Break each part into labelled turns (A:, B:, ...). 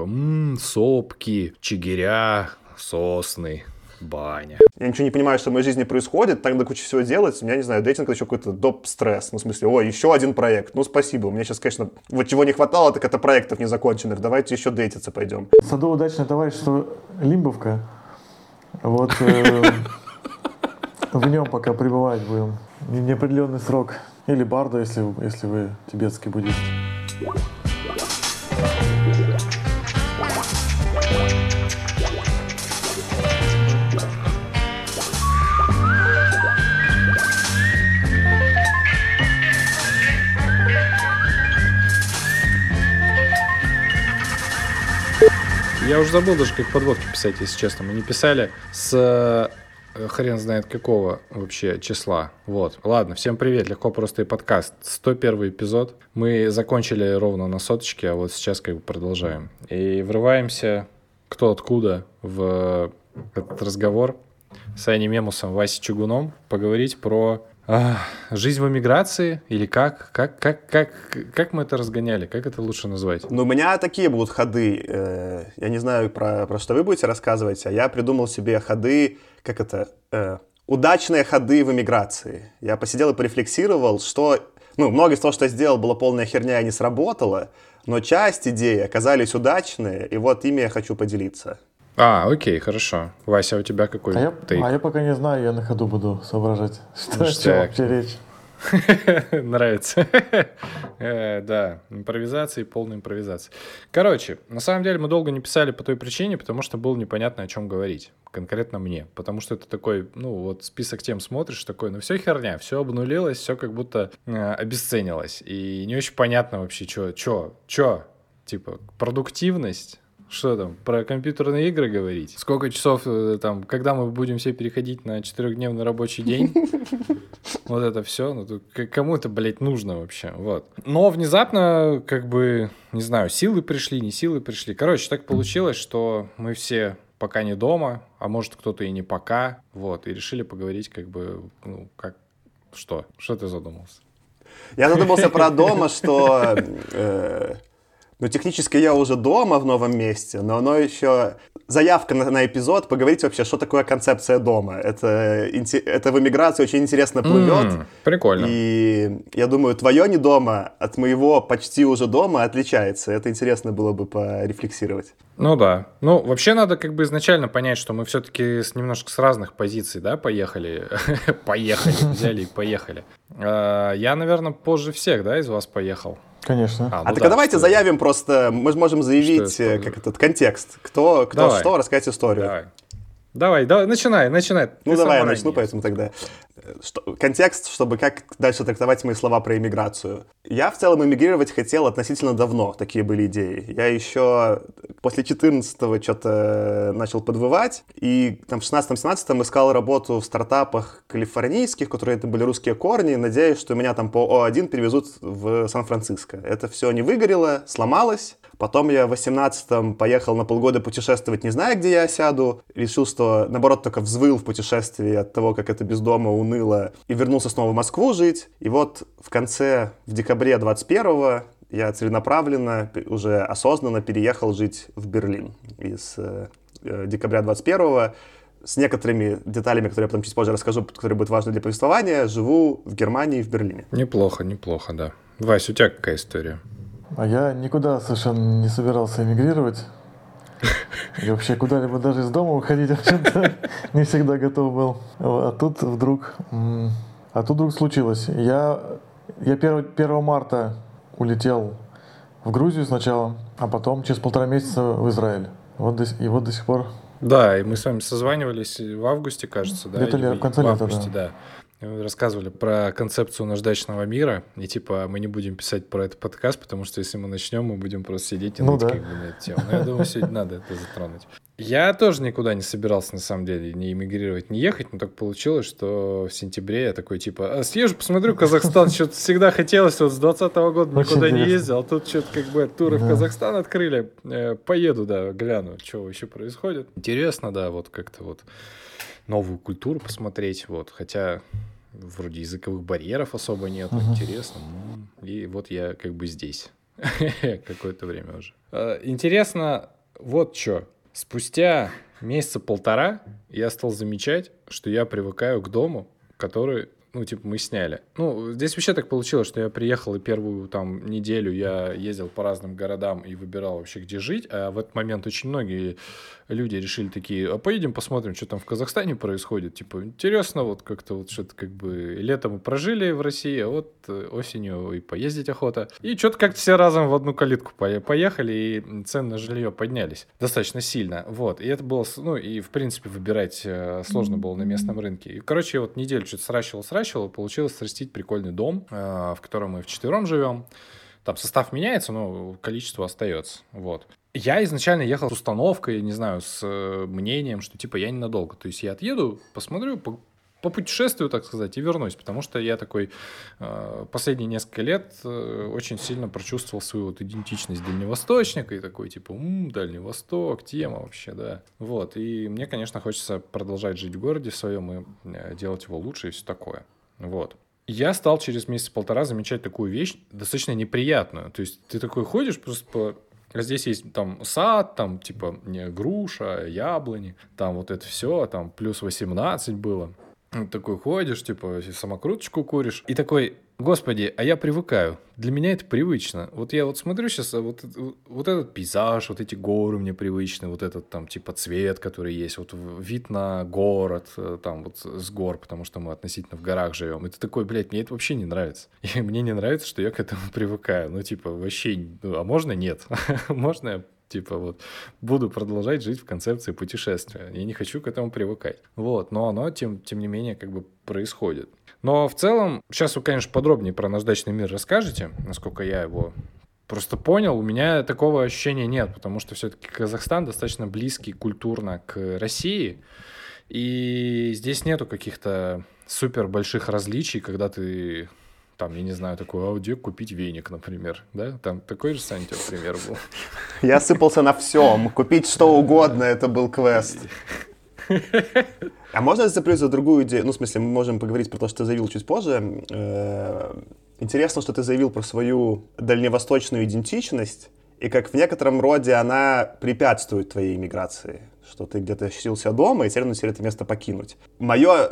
A: типа, сопки, чигиря, сосны, баня.
B: Я ничего не понимаю, что в моей жизни происходит, так надо кучу всего делать. У меня, не знаю, дейтинг — это еще какой-то доп. Стресс. Ну, в смысле, еще один проект. Ну, спасибо. У меня сейчас, конечно, вот чего не хватало, так это проектов незаконченных. Давайте еще дейтиться пойдем.
C: Садово-дачное товарищество «Лимбовка». Вот в нем пока пребывать будем. Неопределенный срок. Или бардо, если вы тибетский буддист.
A: Я уже забыл даже, как подводки писать, если честно. Мы не писали с хрен знает какого вообще числа. Вот. Ладно, всем привет. Легко, просто и подкаст. 101 эпизод. Мы закончили ровно на соточке, а вот сейчас как бы продолжаем. И врываемся кто откуда в этот разговор с Аней Мемусом, Васей Чугуном поговорить про жизнь в эмиграции или как мы это разгоняли, как это лучше назвать?
B: Ну, у меня такие будут ходы. Я не знаю, про что вы будете рассказывать, а я придумал себе ходы, удачные ходы в эмиграции. Я посидел и порефлексировал, что, многое из того, что я сделал, была полная херня и не сработало, но часть идей оказались удачные, и вот ими я хочу поделиться.
A: Окей, хорошо. Вася, у тебя какой тейк?
C: Я пока не знаю, я на ходу буду соображать, что вообще речь.
A: Нравится. Да, импровизация и полная импровизация. Короче, на самом деле мы долго не писали по той причине, потому что было непонятно, о чем говорить. Конкретно мне. Потому что это такой, вот список тем смотришь, такой, все херня, все обнулилось, все как будто обесценилось. И не очень понятно вообще, что, типа, продуктивность. Что там, про компьютерные игры говорить? Сколько часов там, когда мы будем все переходить на 4-дневный рабочий день? Вот это все. Кому это, блядь, нужно вообще? Вот. Но внезапно, не знаю, силы пришли, не силы пришли. Короче, так получилось, что мы все пока не дома, а может кто-то и не пока, вот, и решили поговорить что? Что ты задумался?
B: Я задумался про дома, что... технически я уже дома в новом месте, но оно еще... Заявка на эпизод, поговорить вообще, что такое концепция дома. Это в эмиграции очень интересно плывет.
A: Прикольно.
B: И я думаю, твое не дома от моего почти уже дома отличается. Это интересно было бы порефлексировать.
A: Да. Вообще надо изначально понять, что мы все-таки немножко с разных позиций, да, поехали. Взяли и поехали. Я, наверное, позже всех, да, из вас поехал.
C: Конечно.
B: Давайте заявим просто, мы же можем заявить контекст. Кто что, рассказать историю.
A: Давай, начинай.
B: Давай я начну, поэтому тогда. Контекст, чтобы как дальше трактовать мои слова про иммиграцию. Я в целом эмигрировать хотел относительно давно, такие были идеи. Я еще после 14-го что-то начал подвывать, и там в 16-17 искал работу в стартапах калифорнийских, которые это были русские корни, надеясь, что меня там по О1 перевезут в Сан-Франциско. Это все не выгорело, сломалось. Потом я в 18-м поехал на полгода путешествовать, не зная, где я сяду. Решил, что, наоборот, только взвыл в путешествии от того, как это без дома уныло. И вернулся снова в Москву жить. И вот в декабре 21-го я целенаправленно, уже осознанно переехал жить в Берлин. И с декабря 21-го с некоторыми деталями, которые я потом чуть позже расскажу, которые будут важны для повествования, живу в Германии и в Берлине.
A: Неплохо, да. Вась, у тебя какая история?
C: А я никуда совершенно не собирался эмигрировать. И вообще куда-либо даже из дома уходить, в общем-то, не всегда готов был. А тут вдруг случилось. Я 1 марта улетел в Грузию сначала, а потом через 1,5 месяца в Израиль. Вот до сих пор.
A: Да, и мы с вами созванивались в августе, кажется, да?
C: Где-то в конце лета,
A: в августе, да. Вы рассказывали про концепцию наждачного мира, и мы не будем писать про этот подкаст, потому что если мы начнем, мы будем просто сидеть и ныть на эту тему. Но я думаю, сегодня надо это затронуть. Я тоже никуда не собирался, на самом деле, не эмигрировать, не ехать, но так получилось, что в сентябре я такой, съезжу, посмотрю Казахстан, что-то всегда хотелось, вот с 2020 года никуда не ездил, а тут что-то туры в Казахстан открыли, поеду, гляну, что вообще происходит. Интересно, да, новую культуру посмотреть, хотя вроде языковых барьеров особо нет, интересно, и вот я здесь какое-то время уже. Интересно вот что. Спустя месяца полтора я стал замечать, что я привыкаю к дому, который, ну, типа, мы сняли. Ну, здесь вообще так получилось, что я приехал, и первую там неделю я ездил по разным городам и выбирал вообще, где жить, а в этот момент очень многие люди решили такие, а поедем посмотрим, что там в Казахстане происходит. Типа, интересно, вот как-то вот что-то как бы летом мы прожили в России, а вот осенью и поездить охота. И что-то как-то все разом в одну калитку поехали, и цены на жилье поднялись достаточно сильно. Вот, и это было, ну, и в принципе выбирать сложно было на местном рынке. И, короче, вот неделю что-то сращивал, получилось срастить прикольный дом, в котором мы вчетвером живем. Там состав меняется, но количество остается. Вот. Я изначально ехал с установкой, не знаю, с мнением, что типа я ненадолго. То есть я отъеду, посмотрю, попутешествую, так сказать, и вернусь. Потому что я такой последние несколько лет очень сильно прочувствовал свою вот идентичность дальневосточника. И такой типа, Дальний Восток, тема вообще, да. Вот. И мне, конечно, хочется продолжать жить в городе своем и делать его лучше и все такое. Вот. Я стал через месяц-полтора замечать такую вещь достаточно неприятную. То есть ты такой ходишь просто А здесь есть там сад, там типа груша, яблони, там вот это все, там плюс 18 было. Такой ходишь, типа самокруточку куришь. И такой, господи, а я привыкаю. Для меня это привычно. Вот я вот смотрю сейчас, вот этот пейзаж, вот эти горы мне привычны, вот этот там типа цвет, который есть, вот вид на город, там вот с гор, потому что мы относительно в горах живем. И ты такой, блядь, мне это вообще не нравится. И мне не нравится, что я к этому привыкаю. Ну типа вообще, а можно нет? Можно я типа вот буду продолжать жить в концепции путешествия. Я не хочу к этому привыкать. Вот, но оно тем не менее как бы происходит. Но в целом, сейчас вы, конечно, подробнее про наш дачный мир расскажете, насколько я его просто понял. У меня такого ощущения нет, потому что все-таки Казахстан достаточно близкий культурно к России, и здесь нету каких-то супер больших различий, когда ты... Там, я не знаю, такой, где купить веник, например, да? Там такой же, Саня, у тебя пример был.
B: Я сыпался на всем. Купить что угодно, это был квест. А можно я зацеплюсь за другую идею? Ну, в смысле, мы можем поговорить про то, что ты заявил чуть позже. Интересно, что ты заявил про свою дальневосточную идентичность, и как в некотором роде она препятствует твоей иммиграции. Что ты где-то ощутился дома, и все равно тебе это место покинуть. Мое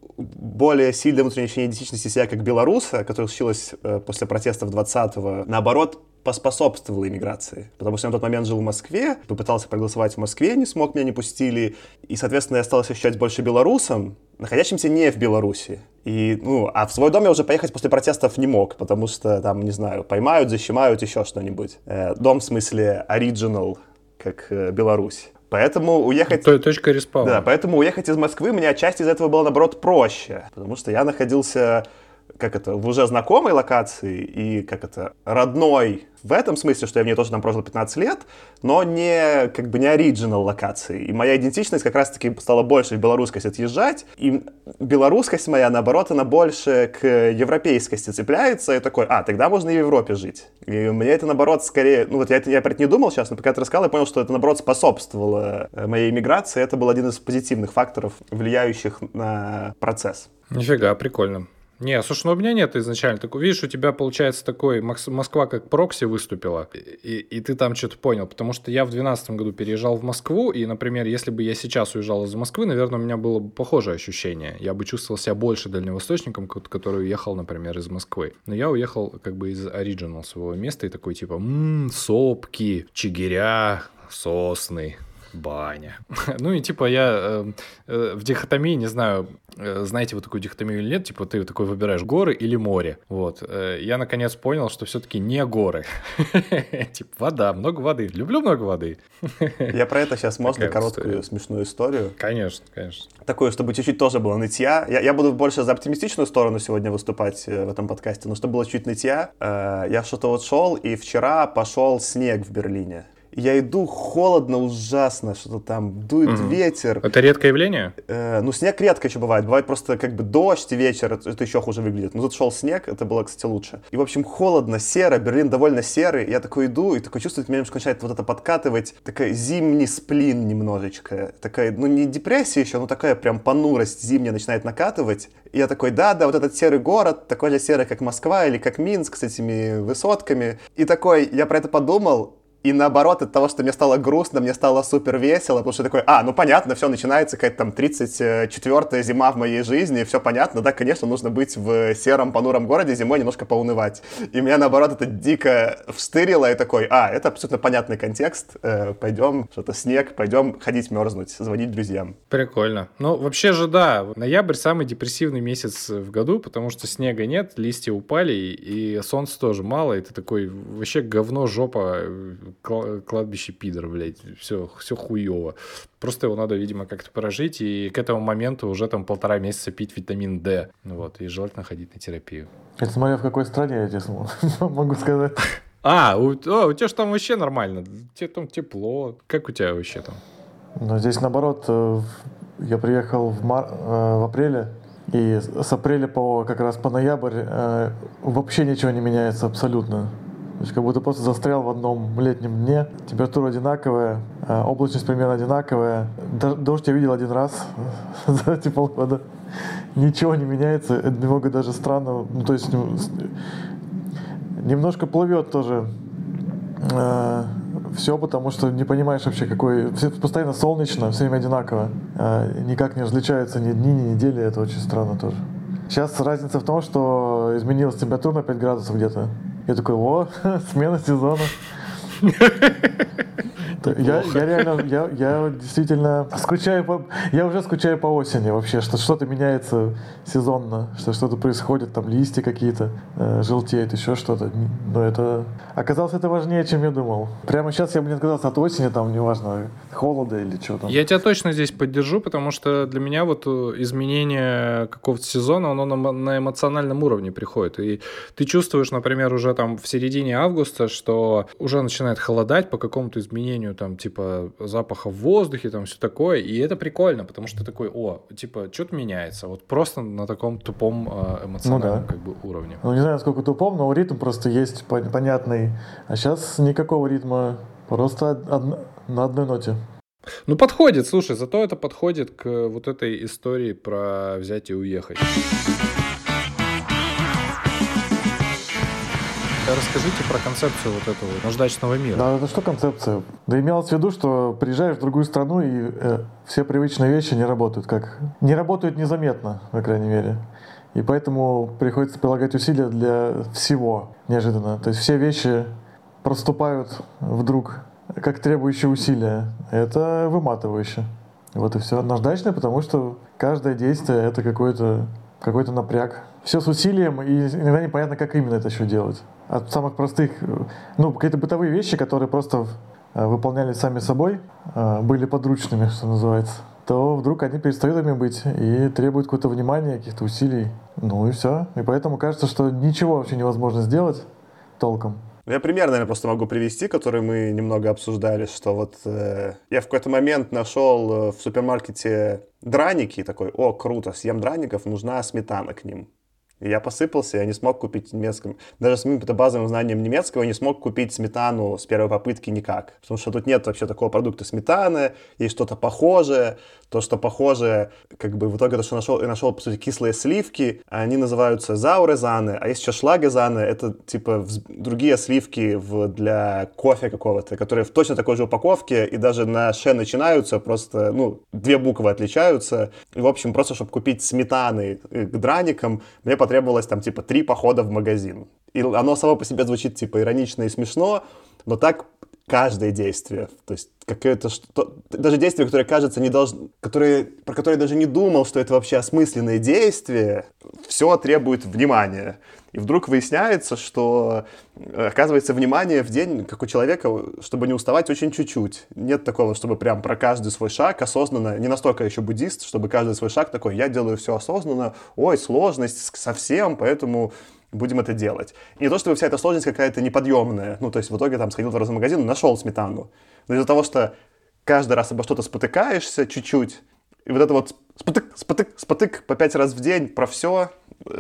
B: более сильное внутреннее ощущение идентичности себя как белоруса, которое случилось после протестов 20-го, наоборот, поспособствовало иммиграции. Потому что я на тот момент жил в Москве, попытался проголосовать в Москве, не смог, меня не пустили. И, соответственно, я стал ощущать больше белорусом, находящимся не в Беларуси. И, а в свой дом я уже поехать после протестов не мог, потому что там, не знаю, поймают, защемают, еще что-нибудь. Дом в смысле оригинал, как Беларусь. Поэтому уехать...
A: Точка респауна.
B: Да, поэтому уехать из Москвы мне отчасти из этого было, наоборот, проще. Потому что я находился, в уже знакомой локации и, родной в этом смысле, что я в ней тоже там прожил 15 лет, но не оригинал локации. И моя идентичность как раз-таки стала больше в белорусскость отъезжать. И белорусскость моя, наоборот, она больше к европейскости цепляется. И такой, тогда можно и в Европе жить. И мне это, наоборот, скорее... я про это не думал сейчас, но пока ты рассказал, я понял, что это, наоборот, способствовало моей иммиграции. Это был один из позитивных факторов, влияющих на процесс.
A: Нифига, прикольно. Не, слушай, у меня нет изначально такого. Видишь, у тебя получается такой Москва как прокси выступила, и ты там что-то понял, потому что я в 2012 году переезжал в Москву, и, например, если бы я сейчас уезжал из Москвы, наверное, у меня было бы похожее ощущение. Я бы чувствовал себя больше дальневосточником, который уехал, например, из Москвы. Но я уехал из оригинал своего места и такой типа, сопки, чигиря, сосны, баня. Ну и типа я в дихотомии, не знаю, знаете вы такую дихотомию или нет, типа ты такой выбираешь горы или море. Вот. Я наконец понял, что все-таки не горы. Типа вода, много воды. Люблю много воды.
B: Я про это сейчас, можно короткую смешную историю?
A: Конечно, конечно.
B: Такую, чтобы чуть-чуть тоже было нытья. Я буду больше за оптимистичную сторону сегодня выступать в этом подкасте, но чтобы было чуть нытья, я что-то шел, и вчера пошел снег в Берлине. Я иду, холодно ужасно, что-то там дует ветер.
A: Это редкое явление?
B: Снег редко еще бывает. Бывает просто дождь и вечер, это еще хуже выглядит. Но тут шел снег, это было, кстати, лучше. И, в общем, холодно, серо, Берлин довольно серый. Я такой иду, и такой чувствую, меня немножко начинает вот это подкатывать. Такой зимний сплин немножечко. Такая, не депрессия еще, но такая прям понурость зимняя начинает накатывать. И я такой, да, вот этот серый город, такой же серый, как Москва или как Минск с этими высотками. И такой, я про это подумал, И наоборот, от того, что мне стало грустно, мне стало супер весело, потому что такой, ну понятно, все, начинается какая-то там 34-я зима в моей жизни, все понятно, да, конечно, нужно быть в сером, понуром городе зимой, немножко поунывать. И меня, наоборот, это дико встырило, и такой, это абсолютно понятный контекст, пойдем, что-то снег, пойдем ходить мерзнуть, звонить друзьям.
A: Прикольно. Ну, вообще же, да, ноябрь самый депрессивный месяц в году, потому что снега нет, листья упали, и солнца тоже мало, и ты такой, вообще говно, жопа, кладбище пидор, блядь, все хуево. Просто его надо, видимо, как-то прожить, и к этому моменту уже там 1,5 месяца пить витамин D, вот, и желательно ходить на терапию.
C: Это смотря в какой стране, я тебе могу сказать.
A: У тебя же там вообще нормально, тебе там тепло, как у тебя вообще там?
C: Ну, здесь наоборот, я приехал в апреле, и с апреля как раз по ноябрь вообще ничего не меняется абсолютно. То есть как будто просто застрял в одном летнем дне. Температура одинаковая, облачность примерно одинаковая. Дождь я видел один раз за эти полгода. Ничего не меняется. Это немного даже странно. Ну, то есть немножко плывет тоже все, потому что не понимаешь вообще, постоянно солнечно, все время одинаково. Никак не различаются ни дни, ни недели. Это очень странно тоже. Сейчас разница в том, что изменилась температура на 5 градусов где-то. Я такой, смена сезона. Я реально, я действительно скучаю я уже скучаю по осени вообще, что что-то меняется сезонно, что что-то происходит, там листья какие-то желтеют, еще что-то. Но оказалось, это важнее, чем я думал. Прямо сейчас я бы не отказался от осени, там, неважно, холода или чего там.
A: Я тебя точно здесь поддержу, потому что для меня вот изменение какого-то сезона, оно на эмоциональном уровне приходит. И ты чувствуешь, например, уже там в середине августа, что уже начинает холодать по какому-то изменению там типа запаха в воздухе, там все такое, и это прикольно, потому что такой, типа, что-то меняется, вот просто на таком тупом эмоциональном как бы уровне.
C: Ну, не знаю, насколько тупом, но ритм просто есть понятный, а сейчас никакого ритма, просто на одной ноте.
A: Ну, подходит, слушай, зато это подходит к вот этой истории про взять и уехать. Расскажите про концепцию вот этого наждачного мира.
C: Да, это что концепция? Да имелось в виду, что приезжаешь в другую страну, и все привычные вещи не работают. Не работают незаметно, по крайней мере. И поэтому приходится прилагать усилия для всего неожиданно. То есть все вещи проступают вдруг как требующие усилия. Это выматывающе. Вот и все. Наждачное, потому что каждое действие — это какой-то напряг. Все с усилием, и иногда непонятно, как именно это еще делать. От самых простых, какие-то бытовые вещи, которые просто выполнялись сами собой, были подручными, что называется, то вдруг они перестают ими быть и требуют какого-то внимания, каких-то усилий. Ну и все. И поэтому кажется, что ничего вообще невозможно сделать толком.
B: Я пример, наверное, просто могу привести, который мы немного обсуждали, что вот я в какой-то момент нашел в супермаркете драники, и такой, круто, съем драников, нужна сметана к ним. И я посыпался, я не смог купить немецком. Даже с моим базовым знанием немецкого я не смог купить сметану с первой попытки никак. Потому что тут нет вообще такого продукта сметаны, есть что-то похожее. То, что похоже, как бы в итоге то, что я нашел, по сути, кислые сливки, они называются заурезаны, а есть еще шлагезаны, это типа другие сливки для кофе какого-то, которые в точно такой же упаковке и даже на «ш» начинаются, просто, 2 буквы отличаются. И, в общем, просто, чтобы купить сметаны к драникам, мне потребовалось там типа 3 похода в магазин. И оно само по себе звучит типа иронично и смешно, но так каждое действие, то есть какое-то даже действие, которое кажется про которое я даже не думал, что это вообще осмысленное действие, все требует внимания. И вдруг выясняется, что, оказывается, внимание в день, как у человека, чтобы не уставать, очень чуть-чуть. Нет такого, чтобы прям про каждый свой шаг осознанно, не настолько еще буддист, чтобы каждый свой шаг такой, я делаю все осознанно, сложность совсем, поэтому будем это делать. И не то, чтобы вся эта сложность какая-то неподъемная. То есть в итоге там сходил 2 раза в магазин, нашел сметану. Но из-за того, что каждый раз обо что-то спотыкаешься чуть-чуть, и вот это вот спотык по 5 раз в день про все,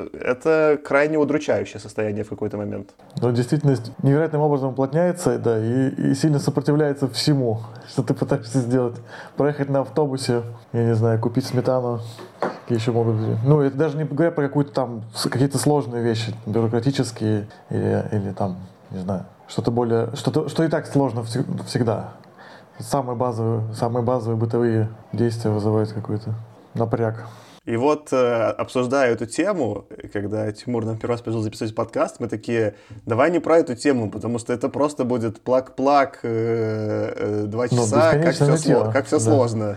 B: это крайне удручающее состояние в какой-то момент.
C: Но действительность невероятным образом уплотняется, да, и сильно сопротивляется всему, что ты пытаешься сделать. Проехать на автобусе, я не знаю, купить сметану, какие еще могут быть. Это даже не говоря про какие-то сложные вещи, бюрократические или там, не знаю, что-то более, что и так сложно всегда. Самые базовые бытовые действия вызывают какой-то напряг.
B: И вот, обсуждая эту тему, когда Тимур нам первый раз предложил записать подкаст, мы такие, давай не про эту тему, потому что это просто будет плак-плак, 2 часа, как все сложно.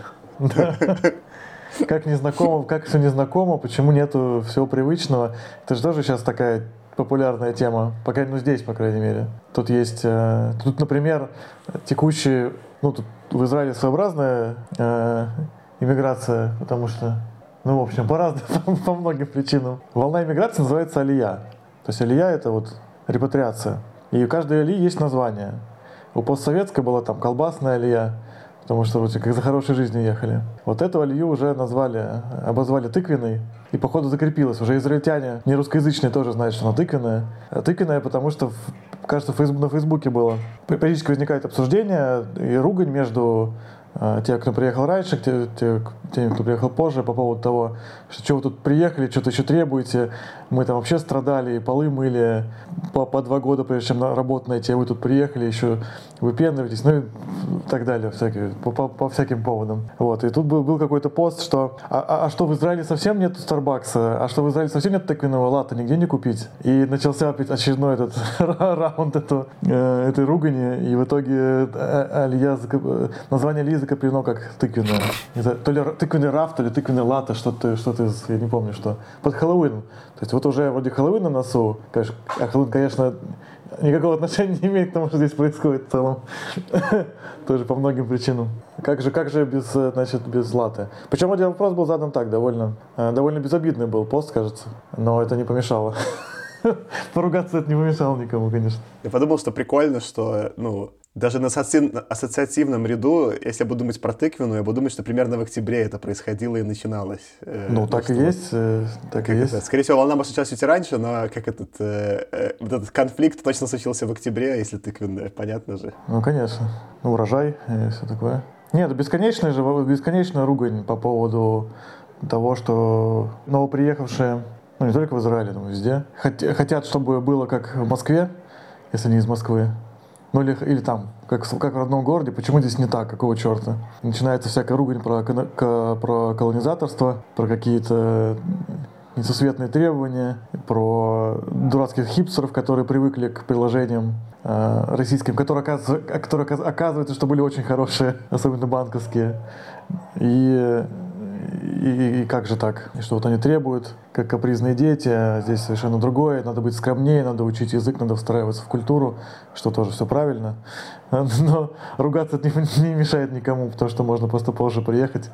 C: Как все незнакомо, почему нету всего привычного. Это же тоже сейчас такая популярная тема, здесь, по крайней мере. Тут есть, например, текущие, тут в Израиле своеобразная иммиграция, потому что, в общем, по многим причинам. Волна иммиграции называется алия. То есть алия — это вот репатриация. И у каждой алии есть название. У постсоветской была там колбасная алия, потому что вроде как за хорошей жизнью ехали. Вот эту алию уже обозвали тыквенной, и походу закрепилась. Уже израильтяне, не русскоязычные, тоже знают, что она тыквенная. Тыквенная, потому что, кажется, на Фейсбуке было. Периодически возникает обсуждение и ругань между те, кто приехал раньше, теми, кто приехал позже, по поводу того, что вы тут приехали, что-то еще требуете, мы там вообще страдали, полы мыли по 2 года, прежде чем работу найти, а вы тут приехали, еще выпендриваетесь, и так далее, по всяким поводам. Вот. И тут был какой-то пост, что что в Израиле совсем нет Старбакса, а что в Израиле совсем нет тыквенного латте, нигде не купить. И начался опять очередной этот раунд этой ругани, и в итоге название Алии закреплено как тыквенное. То ли тыквенный раф, то ли тыквенный латте, что-то я не помню, что. Под Хэллоуин. То есть вот уже вроде Хэллоуин на носу, конечно, а Хэллоуин, конечно, никакого отношения не имеет к тому, что здесь происходит в целом. Тоже по многим причинам. Как же без латте? Причем один вопрос был задан так, довольно безобидный был пост, кажется, но это не помешало. Поругаться это не помешало никому, конечно.
B: Я подумал, что прикольно, что, даже на ассоциативном ряду, если я буду думать про тыквенную, я буду думать, что примерно в октябре это происходило и начиналось.
C: Так и есть. Так и есть.
B: Скорее всего, волна может началась чуть раньше, но этот конфликт точно случился в октябре, если тыквенная, понятно же.
C: Конечно. Урожай и все такое. Нет, бесконечная ругань по поводу того, что новоприехавшие, не только в Израиле, но и везде, хотят, чтобы было как в Москве, если не из Москвы. Или там, как в родном городе, почему здесь не так, какого черта? Начинается всякая ругань про колонизаторство, про какие-то несусветные требования, про дурацких хипстеров, которые привыкли к приложениям российским, которые оказывается, что были очень хорошие, особенно банковские. И как же так? И что вот они требуют, как капризные дети, а здесь совершенно другое, надо быть скромнее, надо учить язык, надо встраиваться в культуру, что тоже все правильно. Но ругаться это не мешает никому, потому что можно просто позже приехать,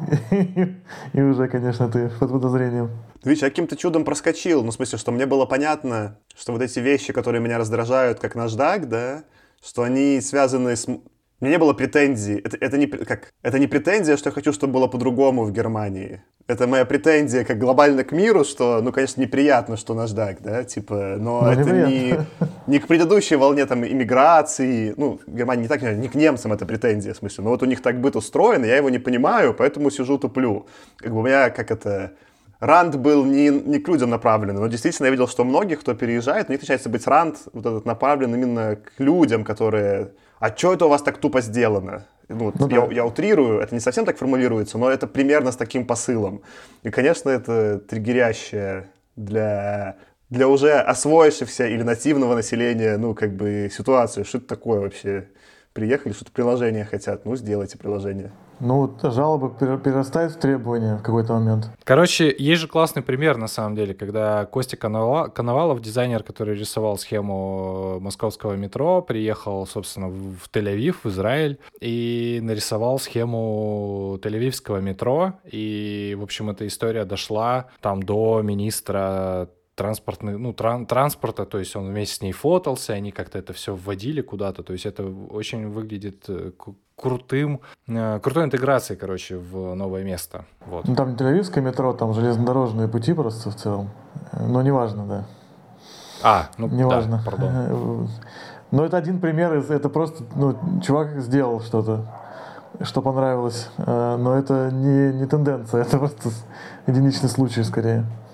C: и уже, конечно, ты под подозрением.
B: Видишь, я каким-то чудом проскочил, в смысле, что мне было понятно, что вот эти вещи, которые меня раздражают, как наждак, да, что они связаны с... У меня не было претензий. Это не претензия, что я хочу, чтобы было по-другому в Германии. Это моя претензия как глобально к миру, что, конечно, неприятно, что наждак, да, но это не к предыдущей волне там иммиграции. В Германии не так, не к немцам это претензия, в смысле. Но вот у них так быт устроен, я его не понимаю, поэтому сижу туплю. У меня рант был не к людям направлен, но действительно я видел, что многих, кто переезжает, у них начинается быть рант вот этот направлен именно к людям, которые... А что это у вас так тупо сделано? Я утрирую, это не совсем так формулируется, но это примерно с таким посылом. И, конечно, это триггерящее для уже освоившихся или нативного населения, ситуация. Что это такое вообще? Приехали, что-то приложение хотят, сделайте приложение.
C: Жалоба перерастает в требования в какой-то момент.
A: Короче, есть же классный пример, на самом деле, когда Костя Коновалов, дизайнер, который рисовал схему московского метро, приехал, собственно, в Тель-Авив, в Израиль, и нарисовал схему тель-авивского метро, и, в общем, эта история дошла там до министра транспорта, то есть он вместе с ней фотался, они как-то это все вводили куда-то, то есть это очень выглядит крутой интеграцией, в новое место. Вот.
C: Там не тель-авивское метро, там железнодорожные пути просто в целом, но неважно, да. Неважно.
A: Да, пардон.
C: Но это один пример, это просто, чувак сделал что-то, что понравилось, но это не тенденция, это просто единичный случай скорее.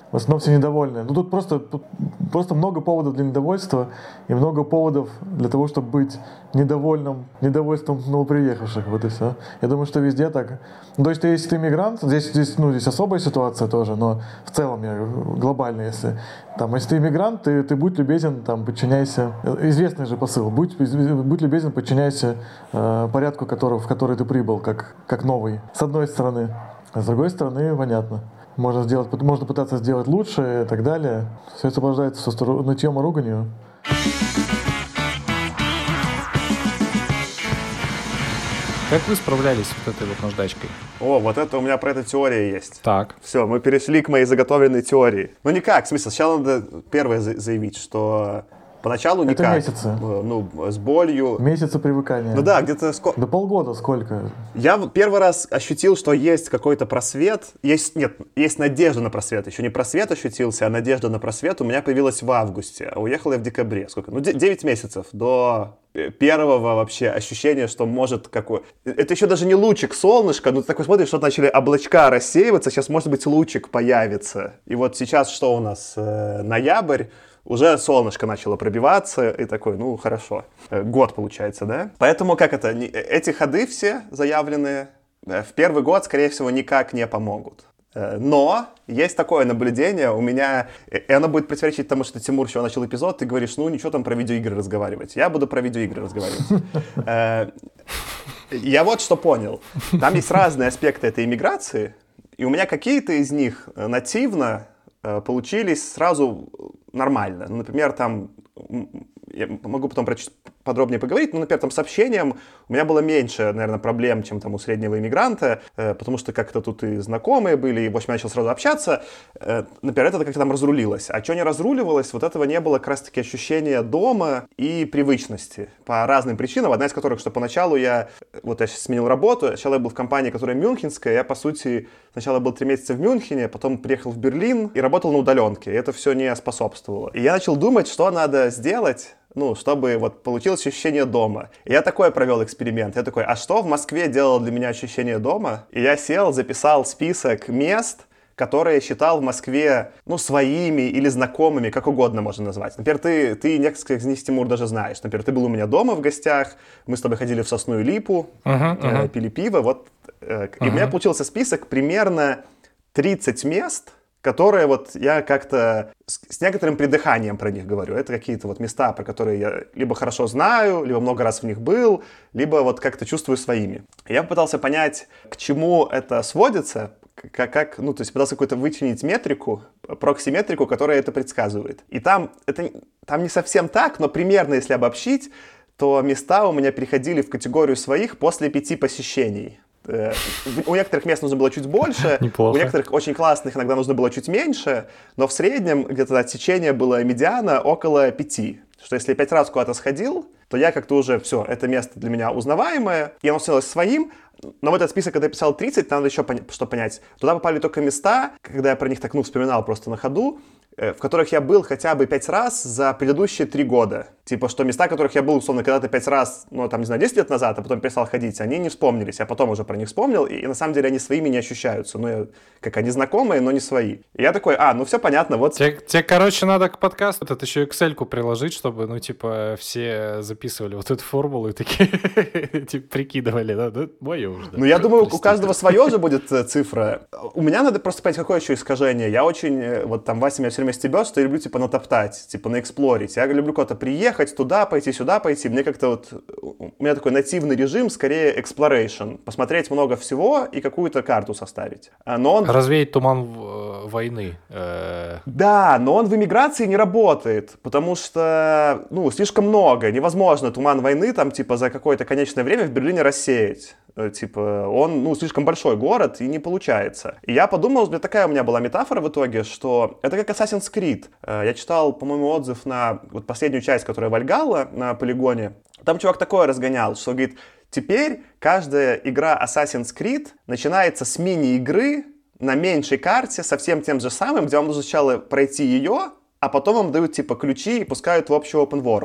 C: В основном все недовольны. Ну тут просто много поводов для недовольства и много поводов для того, чтобы быть недовольством новоприехавших. Вот и все. Я думаю, что везде так. Ну, то есть, если ты мигрант, здесь особая ситуация тоже, но в целом, глобально, если ты иммигрант, ты будь любезен, подчиняйся. Известный же посыл. Будь любезен, подчиняйся порядку, в который ты прибыл, как новый. С одной стороны. А с другой стороны, понятно. Можно пытаться сделать лучше и так далее. Все освобождается нытьем и руганью.
A: Как вы справлялись с вот этой вот наждачкой?
B: Вот это у меня про это теория есть.
A: Так.
B: Все, мы перешли к моей заготовленной теории. Ну никак, в смысле, сначала надо первое заявить, что поначалу никак.
C: Это месяцы.
B: С болью.
C: Месяцы привыкания.
B: Ну да, где-то сколько?
C: До полгода сколько?
B: Я первый раз ощутил, что есть какой-то просвет. Есть надежда на просвет. Еще не просвет ощутился, а надежда на просвет у меня появилась в августе. А уехал я в декабре. Сколько? 9 месяцев до первого вообще ощущения, что может Это еще даже не лучик солнышка, но ты такой смотришь, что начали облачка рассеиваться, сейчас, может быть, лучик появится. И вот сейчас что у нас? Ноябрь. Уже солнышко начало пробиваться, и такой, хорошо. Год получается, да? Поэтому эти ходы все заявленные в первый год, скорее всего, никак не помогут. Но есть такое наблюдение у меня, и оно будет противоречить тому, что Тимур еще начал эпизод, ты говоришь, ничего там про видеоигры разговаривать. Я буду про видеоигры разговаривать. Я вот что понял. Там есть разные аспекты этой иммиграции, и у меня какие-то из них нативно получились сразу нормально. Например, я могу потом подробнее поговорить, например, с общением у меня было меньше, наверное, проблем, чем у среднего иммигранта, потому что как-то тут и знакомые были, и, в общем, я начал сразу общаться. Например, это как-то разрулилось. А что не разруливалось, вот этого не было как раз-таки ощущения дома и привычности по разным причинам, одна из которых, что поначалу я сейчас сменил работу, сначала я был в компании, которая мюнхенская, я, по сути, сначала был 3 месяца в Мюнхене, потом приехал в Берлин и работал на удаленке, и это все не способствовало. И я начал думать, что надо сделать, чтобы получилось ощущение дома. И я такой провел эксперимент. Я такой, а что в Москве делало для меня ощущение дома? И я сел, записал список мест, которые я считал в Москве, своими или знакомыми, как угодно можно назвать. Например, ты несколько из них, Тимур, даже знаешь. Например, ты был у меня дома в гостях, мы с тобой ходили в Сосную Липу, пили пиво, и у меня получился список примерно 30 мест, которые я как-то с некоторым придыханием про них говорю. Это какие-то места, про которые я либо хорошо знаю, либо много раз в них был, либо как-то чувствую своими. Я попытался понять, к чему это сводится, то есть пытался какую-то вычленить метрику, прокси-метрику, которая это предсказывает. И там не совсем так, но примерно, если обобщить, то места у меня переходили в категорию своих после 5 посещений. У некоторых мест нужно было чуть больше,
A: Неплохо.
B: У некоторых очень классных иногда нужно было чуть меньше, но в среднем где-то отсечение было медиана около 5. Что если я 5 раз куда-то сходил, то я как-то уже, все, это место для меня узнаваемое, и оно становилось своим. Но в этот список, когда я писал 30, надо еще что понять. Туда попали только места, когда я про них так, вспоминал просто на ходу, в которых я был хотя бы 5 раз за предыдущие 3 года. Типа, что места, в которых я был, условно, когда-то 5 раз, 10 лет назад, а потом перестал ходить, они не вспомнились. Я потом уже про них вспомнил, и на самом деле они своими не ощущаются. Как они знакомые, но не свои. И я такой, все понятно, вот.
A: Тебе, надо к подкасту это еще Excel-ку приложить, чтобы, все записывали вот эту формулу и такие, прикидывали, да, мое уже.
B: Я думаю, у каждого свое же будет цифра. У меня надо просто понять, какое еще искажение. Я очень, Вася меня все время стебет, что я люблю, натоптать, наэксплорить. Я люблю куда-то приехать, туда пойти, сюда пойти. Мне как-то у меня такой нативный режим, скорее exploration. Посмотреть много всего и какую-то карту составить.
A: Развеять туман войны.
B: Да, но он в эмиграции не работает, потому что, слишком много. Невозможно туман войны за какое-то конечное время в Берлине рассеять. Он, слишком большой город, и не получается. И я подумал, такая у меня была метафора в итоге, что это как Assassin's Creed. Я читал, по-моему, отзыв на последнюю часть, которая Вальгалла на полигоне. Там чувак такое разгонял, что говорит, теперь каждая игра Assassin's Creed начинается с мини-игры на меньшей карте, со всем тем же самым, где вам нужно сначала пройти ее, а потом вам дают ключи и пускают в общий open world.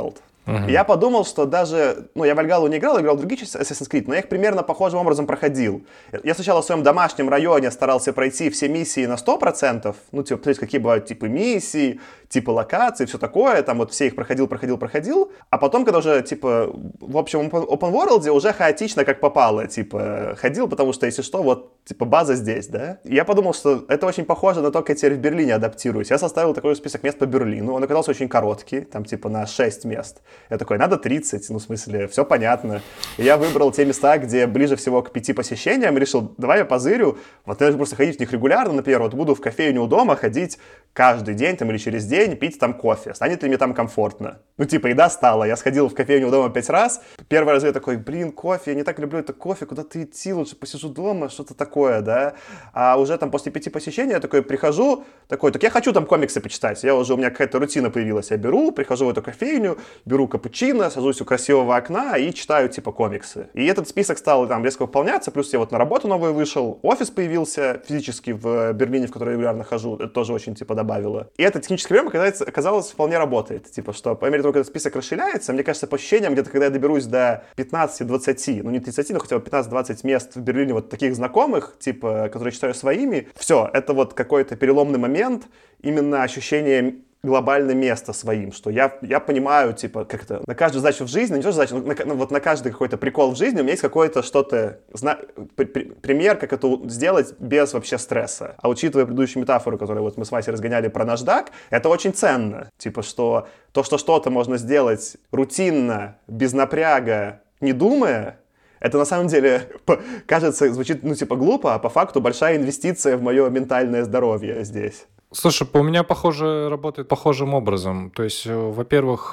B: И я подумал, что даже, я в Альгалу не играл, играл в другие части Assassin's Creed, но я их примерно похожим образом проходил. Я сначала в своем домашнем районе старался пройти все миссии на 100%, посмотреть, какие бывают типы миссий, типы локаций, все такое, там вот все их проходил, а потом, когда уже, в общем, open world уже хаотично как попало, ходил, потому что, если что, вот, база здесь, да? И я подумал, что это очень похоже на то, как я теперь в Берлине адаптируюсь. Я составил такой список мест по Берлину, он оказался очень короткий, там, на 6 мест. Я такой, надо 30, в смысле, все понятно. И я выбрал те места, где ближе всего к 5 посещениям, и решил, давай я позырю, вот я просто ходить в них регулярно, например, вот буду в кофейню у дома ходить каждый день, там, или через день, пить там кофе. Станет ли мне там комфортно? И да, стало. Я сходил в кофейню у дома 5 раз. Первый раз я такой, кофе, я не так люблю это кофе, куда-то идти, лучше посижу дома, что-то такое, да. А уже там после 5 посещений я такой прихожу, так я хочу там комиксы почитать. У меня какая-то рутина появилась. Я прихожу в эту кофейню, беру капучино, сажусь у красивого окна и читаю, комиксы. И этот список стал там резко выполняться, плюс я вот на работу новую вышел, офис появился физически в Берлине, в который я регулярно хожу, это тоже очень, добавило. И это технический прием, оказалось, вполне работает. Что по мере того, как этот список расширяется, мне кажется, по ощущениям, где-то, когда я доберусь до 15-20, не 30, но хотя бы 15-20 мест в Берлине вот таких знакомых, которые считаю своими, все, это вот какой-то переломный момент, именно ощущение глобальное место своим, что я понимаю, на каждую задачу в жизни, не то задачу, вот на каждый какой-то прикол в жизни у меня есть какое-то что-то, пример, как это сделать без вообще стресса. А учитывая предыдущую метафору, которую вот мы с Васей разгоняли про наждак, это очень ценно. Что что-то можно сделать рутинно, без напряга, не думая, это на самом деле, кажется, звучит, глупо, а по факту большая инвестиция в мое ментальное здоровье здесь.
A: Слушай, у меня работает похожим образом. То есть, во-первых,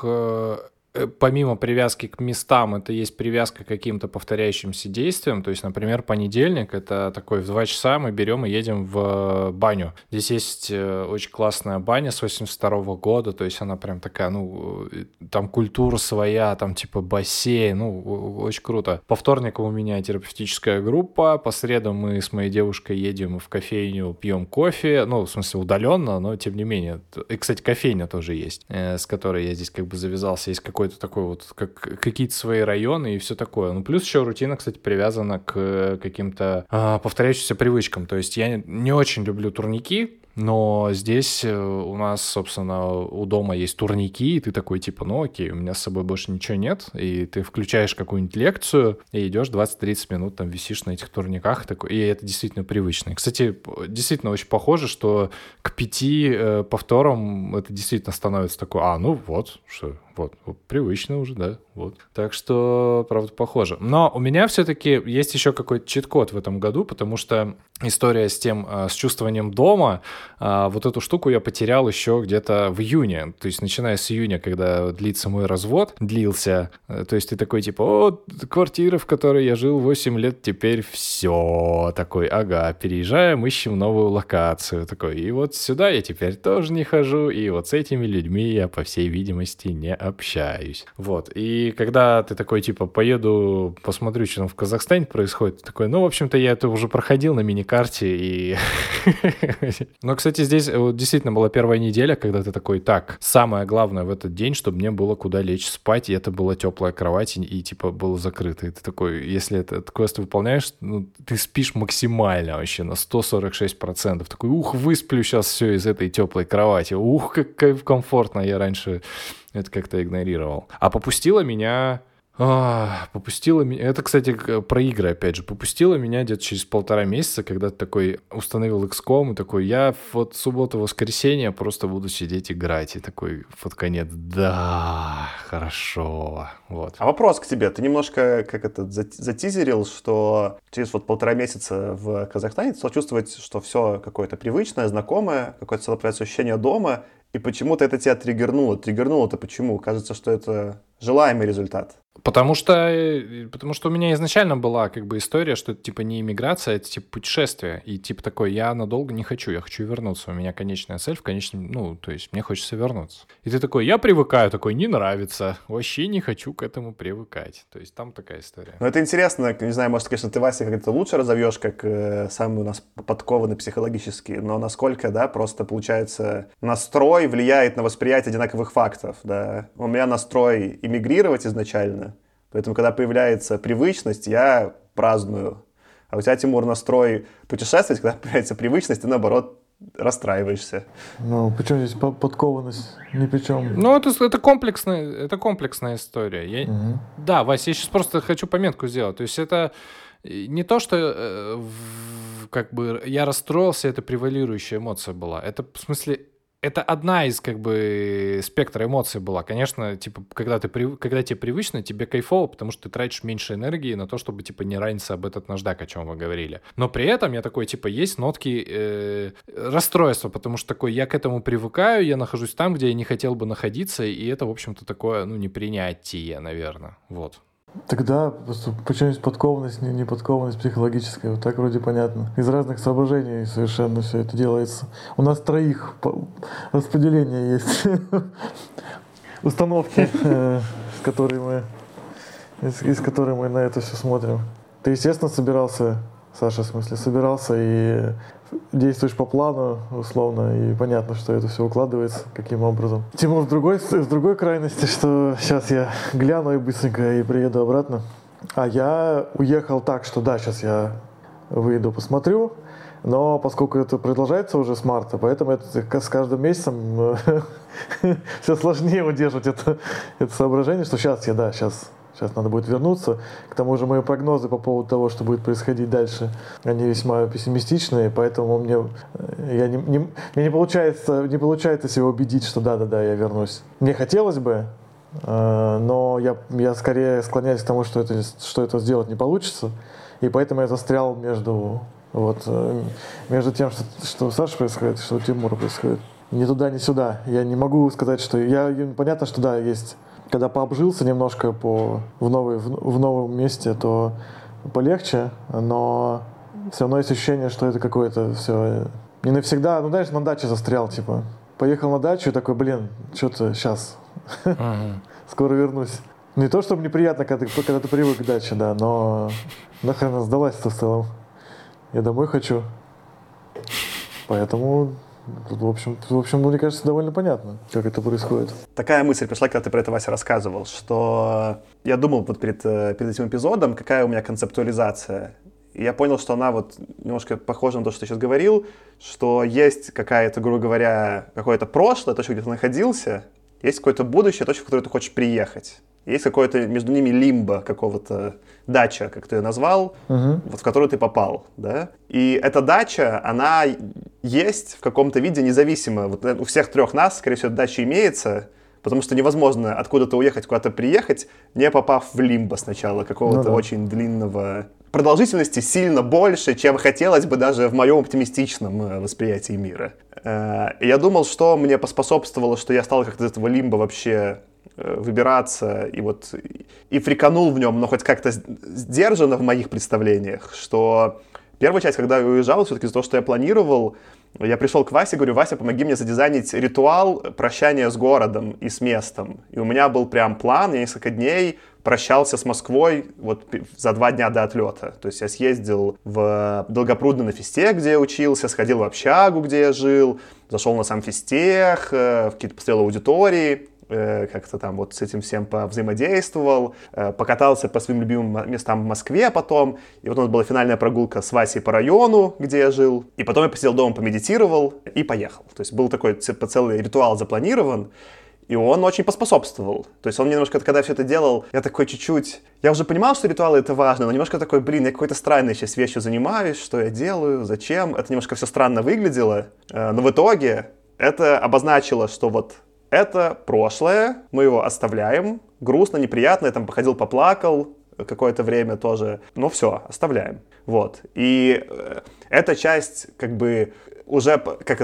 A: помимо привязки к местам, это есть привязка к каким-то повторяющимся действиям. То есть, например, понедельник — это такой в 2 часа мы берем и едем в баню. Здесь есть очень классная баня с 82 года, то есть она прям такая, там культура своя, там бассейн, очень круто. По вторникам у меня терапевтическая группа, по средам мы с моей девушкой едем в кофейню, пьем кофе, в смысле удаленно, но тем не менее. И, кстати, кофейня тоже есть, с которой я здесь завязался, есть какой-то такой вот, какие-то свои районы и все такое. Плюс еще рутина, кстати, привязана к каким-то повторяющимся привычкам. То есть я не очень люблю турники, но здесь у нас, собственно, у дома есть турники, и ты такой, окей, у меня с собой больше ничего нет, и ты включаешь какую-нибудь лекцию, и идешь 20-30 минут, там висишь на этих турниках, и это действительно привычно. И, кстати, действительно очень похоже, что к 5 повторам это действительно становится такой, вот, привычно уже, да, вот. Так что, правда, похоже. Но у меня все-таки есть еще какой-то чит-код в этом году, потому что история с чувствованием дома, вот эту штуку я потерял еще где-то в июне. То есть, начиная с июня, когда длится мой развод, длился, то есть ты такой, квартира, в которой я жил 8 лет, теперь все. Такой, переезжаем, ищем новую локацию. Такой, и вот сюда я теперь тоже не хожу, и вот с этими людьми я, по всей видимости, не общаюсь. Вот. И когда ты такой, поеду, посмотрю, что там в Казахстане происходит, ты такой, в общем-то, я это уже проходил на мини-карте, и... Но, кстати, здесь действительно была первая неделя, когда ты такой, самое главное в этот день, чтобы мне было куда лечь спать, и это была теплая кровать, и было закрыто. И ты такой, если этот квест выполняешь, ты спишь максимально вообще, на 146%. Такой, высплю сейчас все из этой теплой кровати. Как комфортно. Я раньше это как-то игнорировал. А попустило меня... Это, кстати, про игры, опять же. Попустило меня где-то через 1,5 месяца, когда ты такой установил XCOM, и такой, я вот субботу-воскресенье просто буду сидеть играть. И такой под конец, да, хорошо. Вот.
B: А вопрос к тебе. Ты немножко затизерил, что через 1,5 месяца в Казахстане ты стал чувствовать, что все какое-то привычное, знакомое, какое-то стало появляться ощущение дома, и почему-то это тебя триггернуло. Триггернуло-то почему? Кажется, что это желаемый результат.
A: Потому что у меня изначально была история, что это не иммиграция, это путешествие. И такой, я надолго не хочу, я хочу вернуться. У меня конечная цель в конечном, то есть мне хочется вернуться. И ты такой, я привыкаю, такой, не нравится, вообще не хочу к этому привыкать. То есть там такая история.
B: Это интересно, не знаю, может, конечно, ты, Вася, как-то лучше разовьешь, как самый у нас подкованный психологически, но насколько, да, просто получается настрой настрой влияет на восприятие одинаковых фактов, да. У меня настрой эмигрировать изначально, поэтому, когда появляется привычность, я праздную. А у тебя, Тимур, настрой путешествовать, когда появляется привычность, ты, наоборот, расстраиваешься.
C: Ну, причем здесь подкованность? Ни при чем.
A: Ну, это комплексная история.
C: Угу.
A: Да, Вася, я сейчас просто хочу пометку сделать. То есть это не то, что как бы я расстроился, это превалирующая эмоция была. Это, в смысле, это одна из, как бы, спектра эмоций была. Конечно, типа, когда тебе привычно, тебе кайфово, потому что ты тратишь меньше энергии на то, чтобы, типа, не раниться об этот наждак, о чем вы говорили. Но при этом я такой, типа, есть нотки расстройства, потому что такой, я к этому привыкаю, я нахожусь там, где я не хотел бы находиться, и это, в общем-то, такое, ну, непринятие, наверное. Вот.
C: Тогда почему здесь подкованность, не подкованность психологическая, вот так вроде понятно. Из разных соображений совершенно все это делается. У нас троих распределение есть, установки, из которой мы на это все смотрим. Ты, естественно, собирался, Саша, в смысле, собирался и действуешь по плану, условно, и понятно, что это все укладывается, каким образом. Тимур с другой крайности, что сейчас я гляну и быстренько и приеду обратно. А я уехал так, что да, сейчас я выйду, посмотрю, но поскольку это продолжается уже с марта, поэтому это с каждым месяцем все сложнее удерживать это соображение, что сейчас надо будет вернуться. К тому же мои прогнозы по поводу того, что будет происходить дальше, они весьма пессимистичные, поэтому мне не получается себя убедить, что да, я вернусь. Мне хотелось бы, но я скорее склоняюсь к тому, что это сделать не получится, и поэтому я застрял между тем, что у Саши происходит, что у Тимура происходит. Ни туда, ни сюда. Я не могу сказать, что... Понятно, что да, есть... Когда пообжился немножко в новом месте, то полегче, но все равно есть ощущение, что это какое-то все не навсегда. Ну, знаешь, на даче застрял, типа. Поехал на дачу и такой, что-то сейчас. Скоро вернусь. Не то, чтобы неприятно, когда ты привык к даче, да, но нахрен сдалась-то в целом. Я домой хочу. Поэтому... В общем, мне кажется, довольно понятно, как это происходит.
B: Такая мысль пришла, когда ты про это, Вася, рассказывал, что я думал вот перед этим эпизодом, какая у меня концептуализация. И я понял, что она вот немножко похожа на то, что ты сейчас говорил, что есть какая-то, грубо говоря, какое-то прошлое, точка, где ты находился, есть какое-то будущее, точка, в которую ты хочешь приехать. Есть какое-то между ними лимбо какого-то, дача, как ты ее назвал, вот в которую ты попал, да? И эта дача, она есть в каком-то виде независимо. Вот у всех трех нас, скорее всего, дача имеется, потому что невозможно откуда-то уехать, куда-то приехать, не попав в лимбо сначала, какого-то очень длинного... Продолжительности сильно больше, чем хотелось бы даже в моем оптимистичном восприятии мира. И я думал, что мне поспособствовало, что я стал как-то из этого лимба вообще выбираться и фриканул в нем, но хоть как-то сдержанно в моих представлениях, что первая часть, когда я уезжал, все-таки из-за того, что я планировал, я пришел к Васе, говорю, Вася, помоги мне задизайнить ритуал прощания с городом и с местом. И у меня был прям план, я несколько дней прощался с Москвой вот за 2 дня до отлета. То есть я съездил в Долгопрудно на физтех, где я учился, сходил в общагу, где я жил, зашел на сам физтех, в какие-то посмотрел аудитории, как-то там вот с этим всем повзаимодействовал, покатался по своим любимым местам в Москве потом, и вот у нас была финальная прогулка с Васей по району, где я жил, и потом я посидел дома, помедитировал и поехал. То есть был такой целый ритуал запланирован, и он очень поспособствовал. То есть он немножко, когда все это делал, я такой чуть-чуть... Я уже понимал, что ритуалы это важно, но немножко такой, я какой-то странной сейчас вещью занимаюсь, что я делаю, зачем. Это немножко все странно выглядело, но в итоге это обозначило, что вот это прошлое, мы его оставляем, грустно, неприятно, я там походил, поплакал какое-то время тоже, но все, оставляем. Вот, и эта часть как бы уже,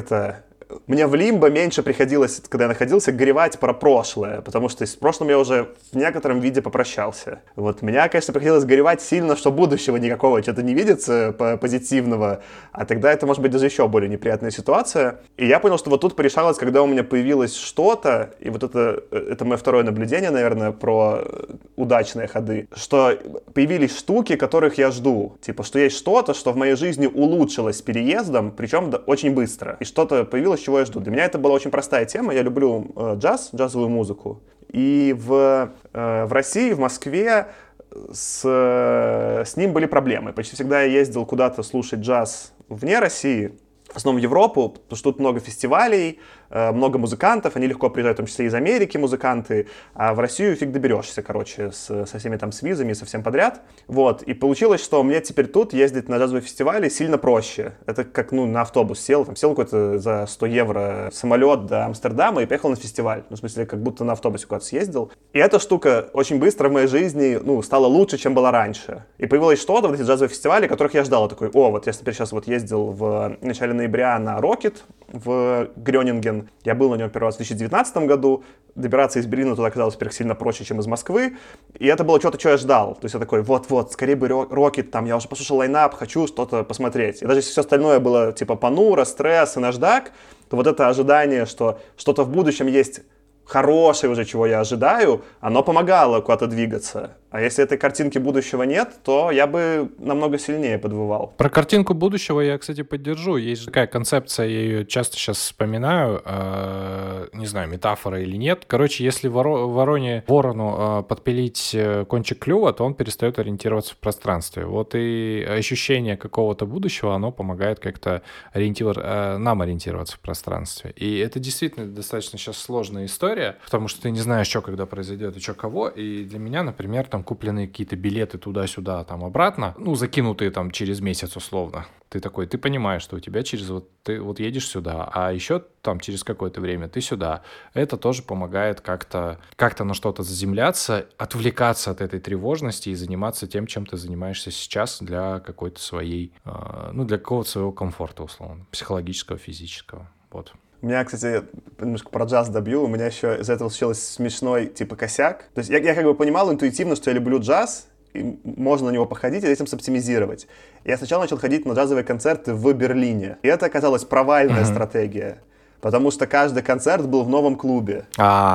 B: мне в лимбо меньше приходилось, когда я находился, горевать про прошлое, потому что с прошлым я уже в некотором виде попрощался. Вот меня, конечно, приходилось горевать сильно, что будущего никакого что-то не видится позитивного, а тогда это может быть даже еще более неприятная ситуация. И я понял, что вот тут порешалось, когда у меня появилось что-то, и вот это мое второе наблюдение, наверное, про удачные ходы, что появились штуки, которых я жду. Типа, что есть что-то, что в моей жизни улучшилось с переездом, причем очень быстро. И что-то появилось, чего я жду. Для меня это была очень простая тема. Я люблю джаз, джазовую музыку. И в России, в Москве с ним были проблемы. Почти всегда я ездил куда-то слушать джаз вне России, в основном в Европу, потому что тут много фестивалей, много музыкантов, они легко приезжают, в том числе из Америки музыканты, а в Россию фиг доберешься, короче, со всеми там с визами и со всем подряд. Вот, и получилось, что мне теперь тут ездить на джазовые фестивали сильно проще. Это как, на автобус сел какой-то за 100 евро самолет до Амстердама и поехал на фестиваль. В смысле, как будто на автобусе куда-то съездил. И эта штука очень быстро в моей жизни, стала лучше, чем была раньше. И появилось что-то, вот эти джазовые фестивали, которых я ждал. Я такой, вот я теперь сейчас вот ездил в начале ноября на Рокет в Грёнинген. Я был на нем первый раз в 2019 году. Добираться из Берлина туда оказалось, во-первых, сильно проще, чем из Москвы. И это было что-то, что я ждал. То есть я такой, вот, скорее бы Рокет, там, я уже послушал лайнап, хочу что-то посмотреть. И даже если все остальное было типа понуро, стресс и наждак, то вот это ожидание, что что-то в будущем есть хорошее уже, чего я ожидаю, оно помогало куда-то двигаться. А если этой картинки будущего нет, то я бы намного сильнее подвывал.
A: Про картинку будущего я, кстати, поддержу. Есть же такая концепция, я ее часто сейчас вспоминаю, не знаю, метафора или нет. Короче, если ворону подпилить кончик клюва, то он перестает ориентироваться в пространстве. Вот и ощущение какого-то будущего, оно помогает как-то нам ориентироваться в пространстве. И это действительно достаточно сейчас сложная история, потому что ты не знаешь, что когда произойдет и что кого. И для меня, например, там купленные какие-то билеты туда-сюда, там обратно, закинутые там через месяц условно. Ты такой, ты понимаешь, что у тебя ты вот едешь сюда, а еще там через какое-то время ты сюда. Это тоже помогает как-то на что-то заземляться, отвлекаться от этой тревожности и заниматься тем, чем ты занимаешься сейчас для какой-то своей, для какого-то своего комфорта, условно, психологического, физического. Вот.
B: У меня, кстати, немножко про джаз добью, у меня еще из-за этого случился смешной типа косяк. То есть я как бы понимал интуитивно, что я люблю джаз, и можно на него походить и этим соптимизировать. Я сначала начал ходить на джазовые концерты в Берлине. И это оказалась провальная стратегия, потому что каждый концерт был в новом клубе.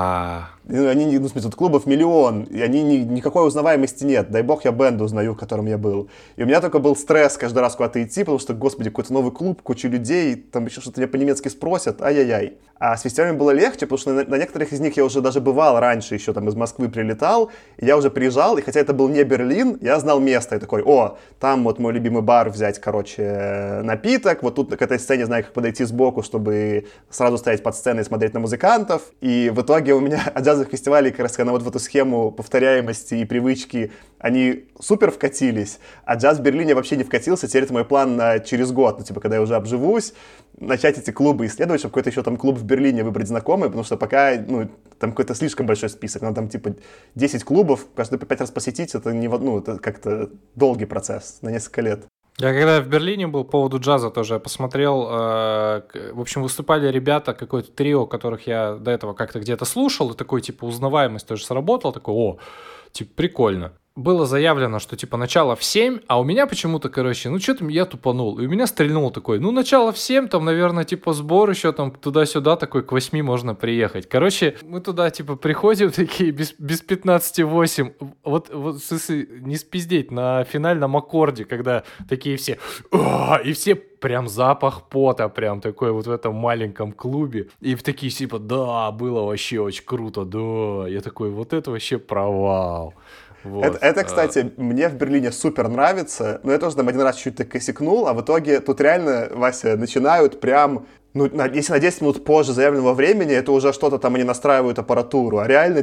B: Они, в смысле, тут клубов миллион, и никакой узнаваемости нет. Дай бог, я бенд узнаю, в котором я был. И у меня только был стресс каждый раз куда-то идти, потому что, господи, какой-то новый клуб, куча людей, там еще что-то меня по-немецки спросят, ай-яй-яй. А с фестивалями было легче, потому что на некоторых из них я уже даже бывал раньше, еще там из Москвы прилетал, и я уже приезжал, и хотя это был не Берлин, я знал место, и такой, там вот мой любимый бар взять, напиток, вот тут к этой сцене знаю, как подойти сбоку, чтобы сразу стоять под сценой и смотреть на музыкантов, и в итоге у меня от джазовых фестивалей как раз вот в эту схему повторяемости и привычки, они супер вкатились, а джаз в Берлине вообще не вкатился, теперь это мой план на через год, когда я уже обживусь, начать эти клубы исследовать, чтобы какой-то еще там клуб в Берлине выбрать знакомый, потому что пока, там какой-то слишком большой список, надо там 10 клубов, каждый 5 раз посетить, это это как-то долгий процесс, на несколько лет.
A: Я когда в Берлине был по поводу джаза тоже, я посмотрел, в общем, выступали ребята, какое-то трио, которых я до этого как-то где-то слушал, и такой, узнаваемость тоже сработала, такой, прикольно. Было заявлено, что, начало в 7, а у меня почему-то, что-то я тупанул. И у меня стрельнул такой, начало в 7, там, наверное, сбор еще там туда-сюда, такой, к 8 можно приехать. Мы туда, приходим такие, без 15-8, вот не спиздеть, на финальном аккорде, когда такие все, и все прям запах пота, прям такой вот в этом маленьком клубе. И в такие, да, было вообще очень круто, да. Я такой, вот это вообще провал. Вот.
B: Это, кстати, мне в Берлине супер нравится, но я тоже там один раз чуть-чуть косякнул, а в итоге тут реально, Вася, начинают прям, если на 10 минут позже заявленного времени, это уже что-то там они настраивают аппаратуру, а реально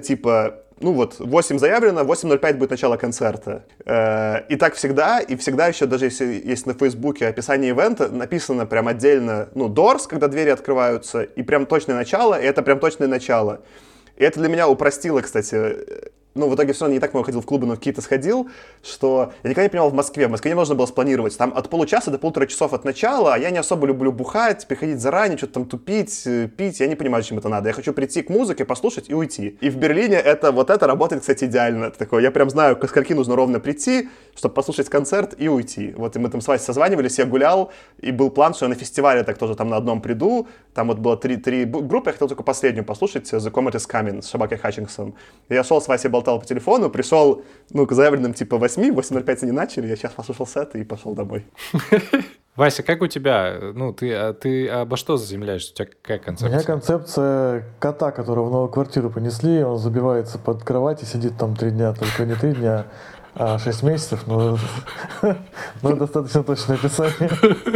B: 8 заявлено, 8:05 будет начало концерта. И так всегда, и всегда еще, даже если есть на Фейсбуке описание ивента, написано прям отдельно, doors, когда двери открываются, и прям точное начало, и это прям точное начало. И это для меня упростило, кстати, в итоге все равно не так много ходил в клубы, но в какие-то сходил, что я никогда не понимал в Москве не можно было спланировать. Там от получаса до 1,5 часов от начала, а я не особо люблю бухать, приходить заранее, что-то там тупить, пить, я не понимаю, зачем это надо. Я хочу прийти к музыке, послушать и уйти. И в Берлине это работает, кстати, идеально. Я прям знаю, к скольки нужно ровно прийти, чтобы послушать концерт и уйти. Вот и мы там с Васей созванивались, я гулял, и был план, что я на фестивале так тоже там на одном приду. Там вот было три группы, я хотел только последнюю послушать, The Comet is Coming с Шабакой Хатчинсон. Я шел с Васей, болтал по телефону, пришел, к заявленным 8:05 они начали, я сейчас послушал сет и пошел домой.
A: Вася, как у тебя? Ну, ты обо что заземляешься? У тебя какая
C: У
A: концепция?
C: меня концепция кота, которого в новую квартиру понесли, он забивается под кровать и сидит там 3 дня, только не 3 дня, а 6 месяцев, но достаточно точное описание.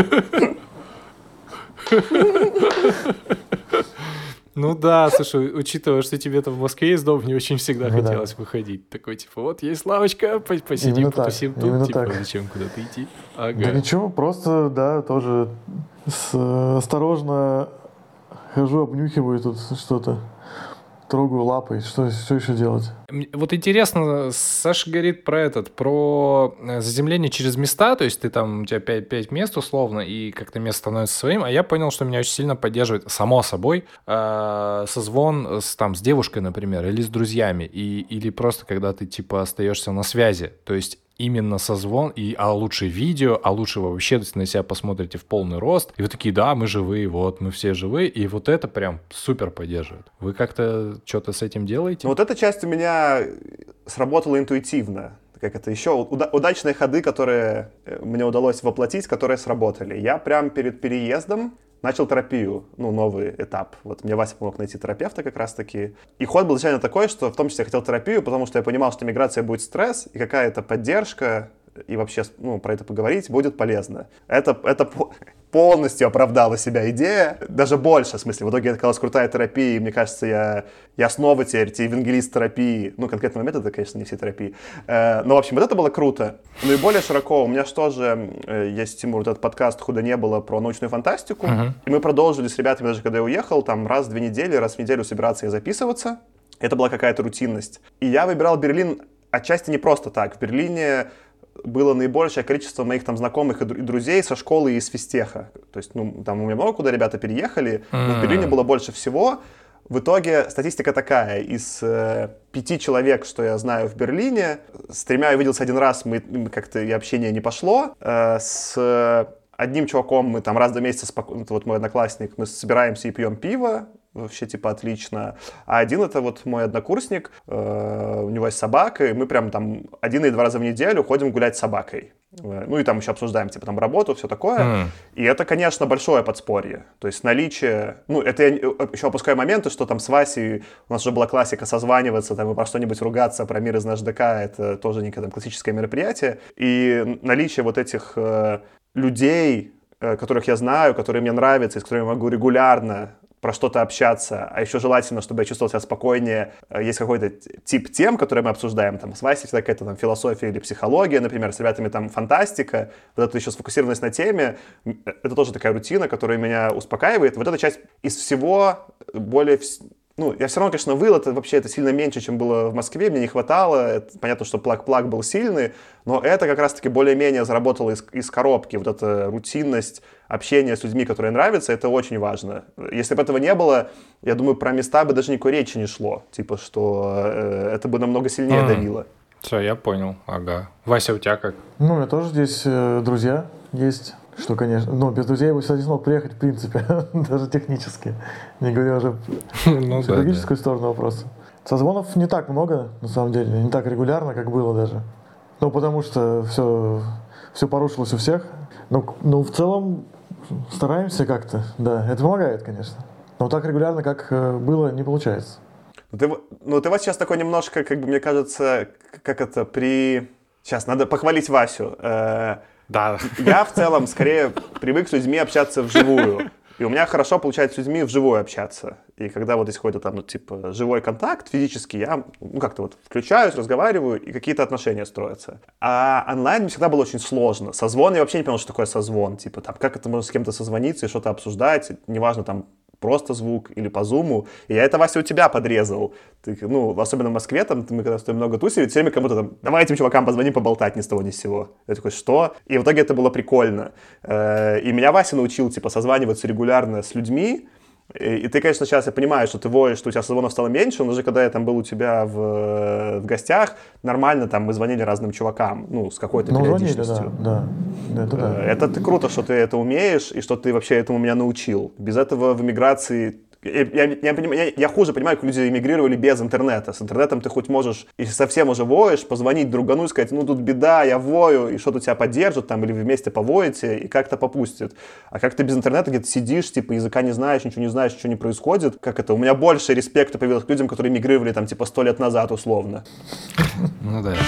A: Ну да, слушай, учитывая, что тебе-то в Москве из дома не очень всегда
C: Ну да.
A: хотелось выходить. Такой, типа, вот есть лавочка, посидим,
C: Именно так,
A: потусим тут,
C: именно
A: типа,
C: так.
A: зачем куда-то идти?
C: Да
A: Ага.
C: ничего, просто, да, тоже осторожно хожу, обнюхиваю тут что-то, трогаю лапой, что еще делать?
A: Вот интересно, Саша говорит про заземление через места, то есть ты там, у тебя 5 мест условно, и как-то место становится своим, а я понял, что меня очень сильно поддерживает, само собой, созвон с девушкой, например, или с друзьями, или просто когда ты типа остаешься на связи, то есть именно созвон, а лучше видео, а лучше вы вообще на себя посмотрите в полный рост, и вы такие, да, мы живые, вот, мы все живые, и вот это прям супер поддерживает. Вы как-то что-то с этим делаете?
B: Ну, вот эта часть у меня сработала интуитивно. Как это еще? Удачные ходы, которые мне удалось воплотить, которые сработали. Я прям перед переездом начал терапию, новый этап. Вот мне Вася помог найти терапевта как раз-таки. И ход был изначально такой, что в том числе я хотел терапию, потому что я понимал, что миграция будет стресс, и какая-то поддержка, и вообще про это поговорить будет полезно. Это полностью оправдала себя идея, даже больше, в смысле, в итоге это оказалась крутая терапия, и мне кажется, я снова теперь евангелист терапии, конкретный момент, это, конечно, не все терапии, но, в общем, вот это было круто. Ну и более широко, у меня же тоже есть, Тимур, вот этот подкаст «Худо не было» про научную фантастику, и мы продолжили с ребятами, даже когда я уехал, там раз в 2 недели, раз в неделю собираться и записываться, это была какая-то рутинность. И я выбирал Берлин отчасти не просто так, в Берлине было наибольшее количество моих там знакомых и друзей со школы и из физтеха. То есть, там у меня много куда ребята переехали, но в Берлине было больше всего. В итоге статистика такая. Из 5 человек, что я знаю в Берлине, с 3 я виделся 1 раз, мы как-то и общение не пошло. С одним чуваком мы там раз в 2 месяца, вот мой одноклассник, мы собираемся и пьем пиво. Вообще, типа, отлично. А один это вот мой однокурсник, у него есть собака, и мы прям там 1 или 2 раза в неделю ходим гулять с собакой. Ну и там еще обсуждаем, типа, там работу, все такое. И это, конечно, большое подспорье. То есть наличие... это я еще опускаю моменты, что там с Васей у нас уже была классика созваниваться, там, и про что-нибудь ругаться, про мир из НHDK, это тоже некое там классическое мероприятие. И наличие вот этих людей, которых я знаю, которые мне нравятся, и с которыми я могу регулярно про что-то общаться, а еще желательно, чтобы я чувствовал себя спокойнее. Есть какой-то тип тем, которые мы обсуждаем. Там, с Васей всегда какая-то там философия или психология, например, с ребятами там фантастика. Вот это еще сфокусированность на теме. Это тоже такая рутина, которая меня успокаивает. Вот эта часть из всего более... я все равно, конечно, выл, это сильно меньше, чем было в Москве, мне не хватало, понятно, что плаг был сильный, но это как раз-таки более-менее заработало из коробки, вот эта рутинность, общение с людьми, которые нравятся, это очень важно. Если бы этого не было, я думаю, про места бы даже никакой речи не шло, типа, что это бы намного сильнее давило.
A: Все, я понял, ага. Вася, у тебя как?
C: У меня тоже здесь друзья есть. Что, конечно, без друзей я бы сюда не смог приехать, в принципе, даже технически, не говоря уже про психологическую сторону вопроса. Созвонов не так много, на самом деле, не так регулярно, как было даже. Потому что все порушилось у всех. Но в целом стараемся как-то, да, это помогает, конечно. Но так регулярно, как было, не получается.
B: Ты вот сейчас такой немножко, как бы, мне кажется, Сейчас, надо похвалить Васю.
A: Да.
B: Я в целом скорее привык с людьми общаться вживую. И у меня хорошо получается с людьми вживую общаться. И когда вот есть какой-то там, живой контакт физический, я как-то вот включаюсь, разговариваю, и какие-то отношения строятся. А онлайн мне всегда было очень сложно. Созвон, я вообще не понял, что такое созвон. Типа, там, как это можно с кем-то созвониться и что-то обсуждать, неважно, там, просто звук или по зуму. И я это, Вася, у тебя подрезал. Ты, особенно в Москве, там, мы когда с тобой много тусили, все время кому-то там, давай этим чувакам позвоним поболтать ни с того ни с сего. Я такой, что? И в итоге это было прикольно. И меня Вася научил, созваниваться регулярно с людьми. И ты, конечно, сейчас я понимаю, что ты воешь, что у тебя созвонов стало меньше, но уже когда я там был у тебя в гостях, нормально там мы звонили разным чувакам, с какой-то периодичностью.
C: Да.
B: Это круто, что ты это умеешь, и что ты вообще этому меня научил. Без этого в эмиграции Я хуже понимаю, как люди эмигрировали без интернета. С интернетом ты хоть можешь, если совсем уже воешь, позвонить другану и сказать, ну тут беда, я вою, и что-то тебя поддержат там, или вы вместе повоете, и как-то попустят. А как ты без интернета где-то сидишь, типа языка не знаешь, ничего не происходит, как это? У меня больше респекта появилось к людям, которые эмигрировали там типа 100 лет назад условно.
A: Ну да.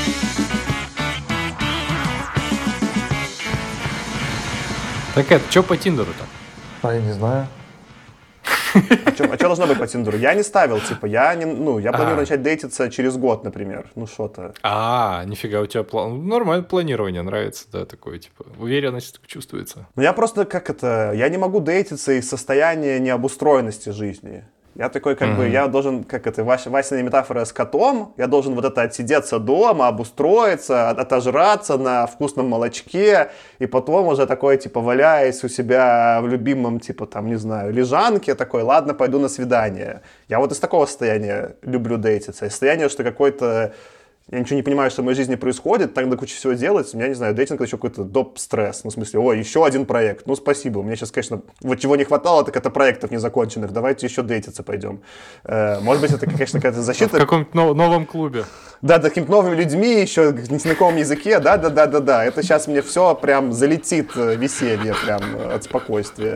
A: Так это, что по Тиндеру-то?
C: А я не знаю.
B: А что должно быть по Тиндеру? Я не ставил, типа, я планирую начать дейтиться через год, например. Ну, что-то.
A: Нифига, у тебя нормальное планирование, нравится, да, такое, типа, уверенность чувствуется.
B: Ну, я просто, я не могу дейтиться из состояния необустроенности жизни. Я такой, я должен, Васиная метафора с котом, я должен вот это отсидеться дома, обустроиться, отожраться на вкусном молочке, и потом уже такой, типа, валяясь у себя в любимом, типа, там, не знаю, лежанке, такой, ладно, пойду на свидание. Я вот из такого состояния люблю дейтиться, из состояния, что какой-то... Я ничего не понимаю, что в моей жизни происходит, так надо кучу всего делать. У меня, не знаю, дейтинг — это еще какой-то доп. Стресс. Ну, в смысле, еще один проект. Ну, спасибо. У меня сейчас, конечно, вот чего не хватало, так это проектов незаконченных. Давайте еще дейтиться пойдем. Может быть, это, конечно, какая-то защита.
A: В каком-то новом клубе.
B: Да, какими-то новыми людьми, еще на незнакомом языке. Да. Это сейчас мне все прям залетит веселье, прям от спокойствия.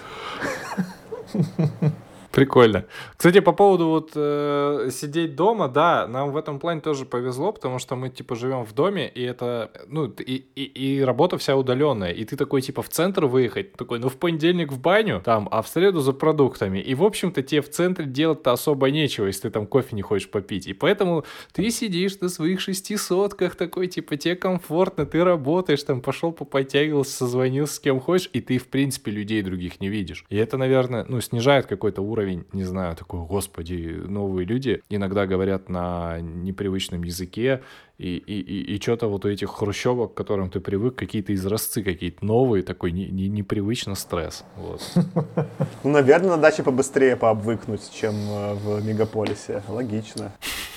A: Прикольно. Кстати, по поводу вот сидеть дома, да, нам в этом плане тоже повезло, потому что мы, типа, живем в доме, и это, и работа вся удаленная, и ты такой, типа, в центр выехать, такой, в понедельник в баню, там, а в среду за продуктами, и, в общем-то, тебе в центре делать-то особо нечего, если ты там кофе не хочешь попить, и поэтому ты сидишь на своих 600-ках такой, типа, тебе комфортно, ты работаешь, там, пошел поподтягивался, созвонился с кем хочешь, и ты, в принципе, людей других не видишь. И это, наверное, снижает какой-то уровень, не знаю, такой, господи, новые люди иногда говорят на непривычном языке, и что-то вот у этих хрущевок, к которым ты привык, какие-то изразцы, какие-то новые, такой непривычно стресс. Вот.
B: Ну, наверное, на даче побыстрее пообвыкнуть, чем в мегаполисе. Логично.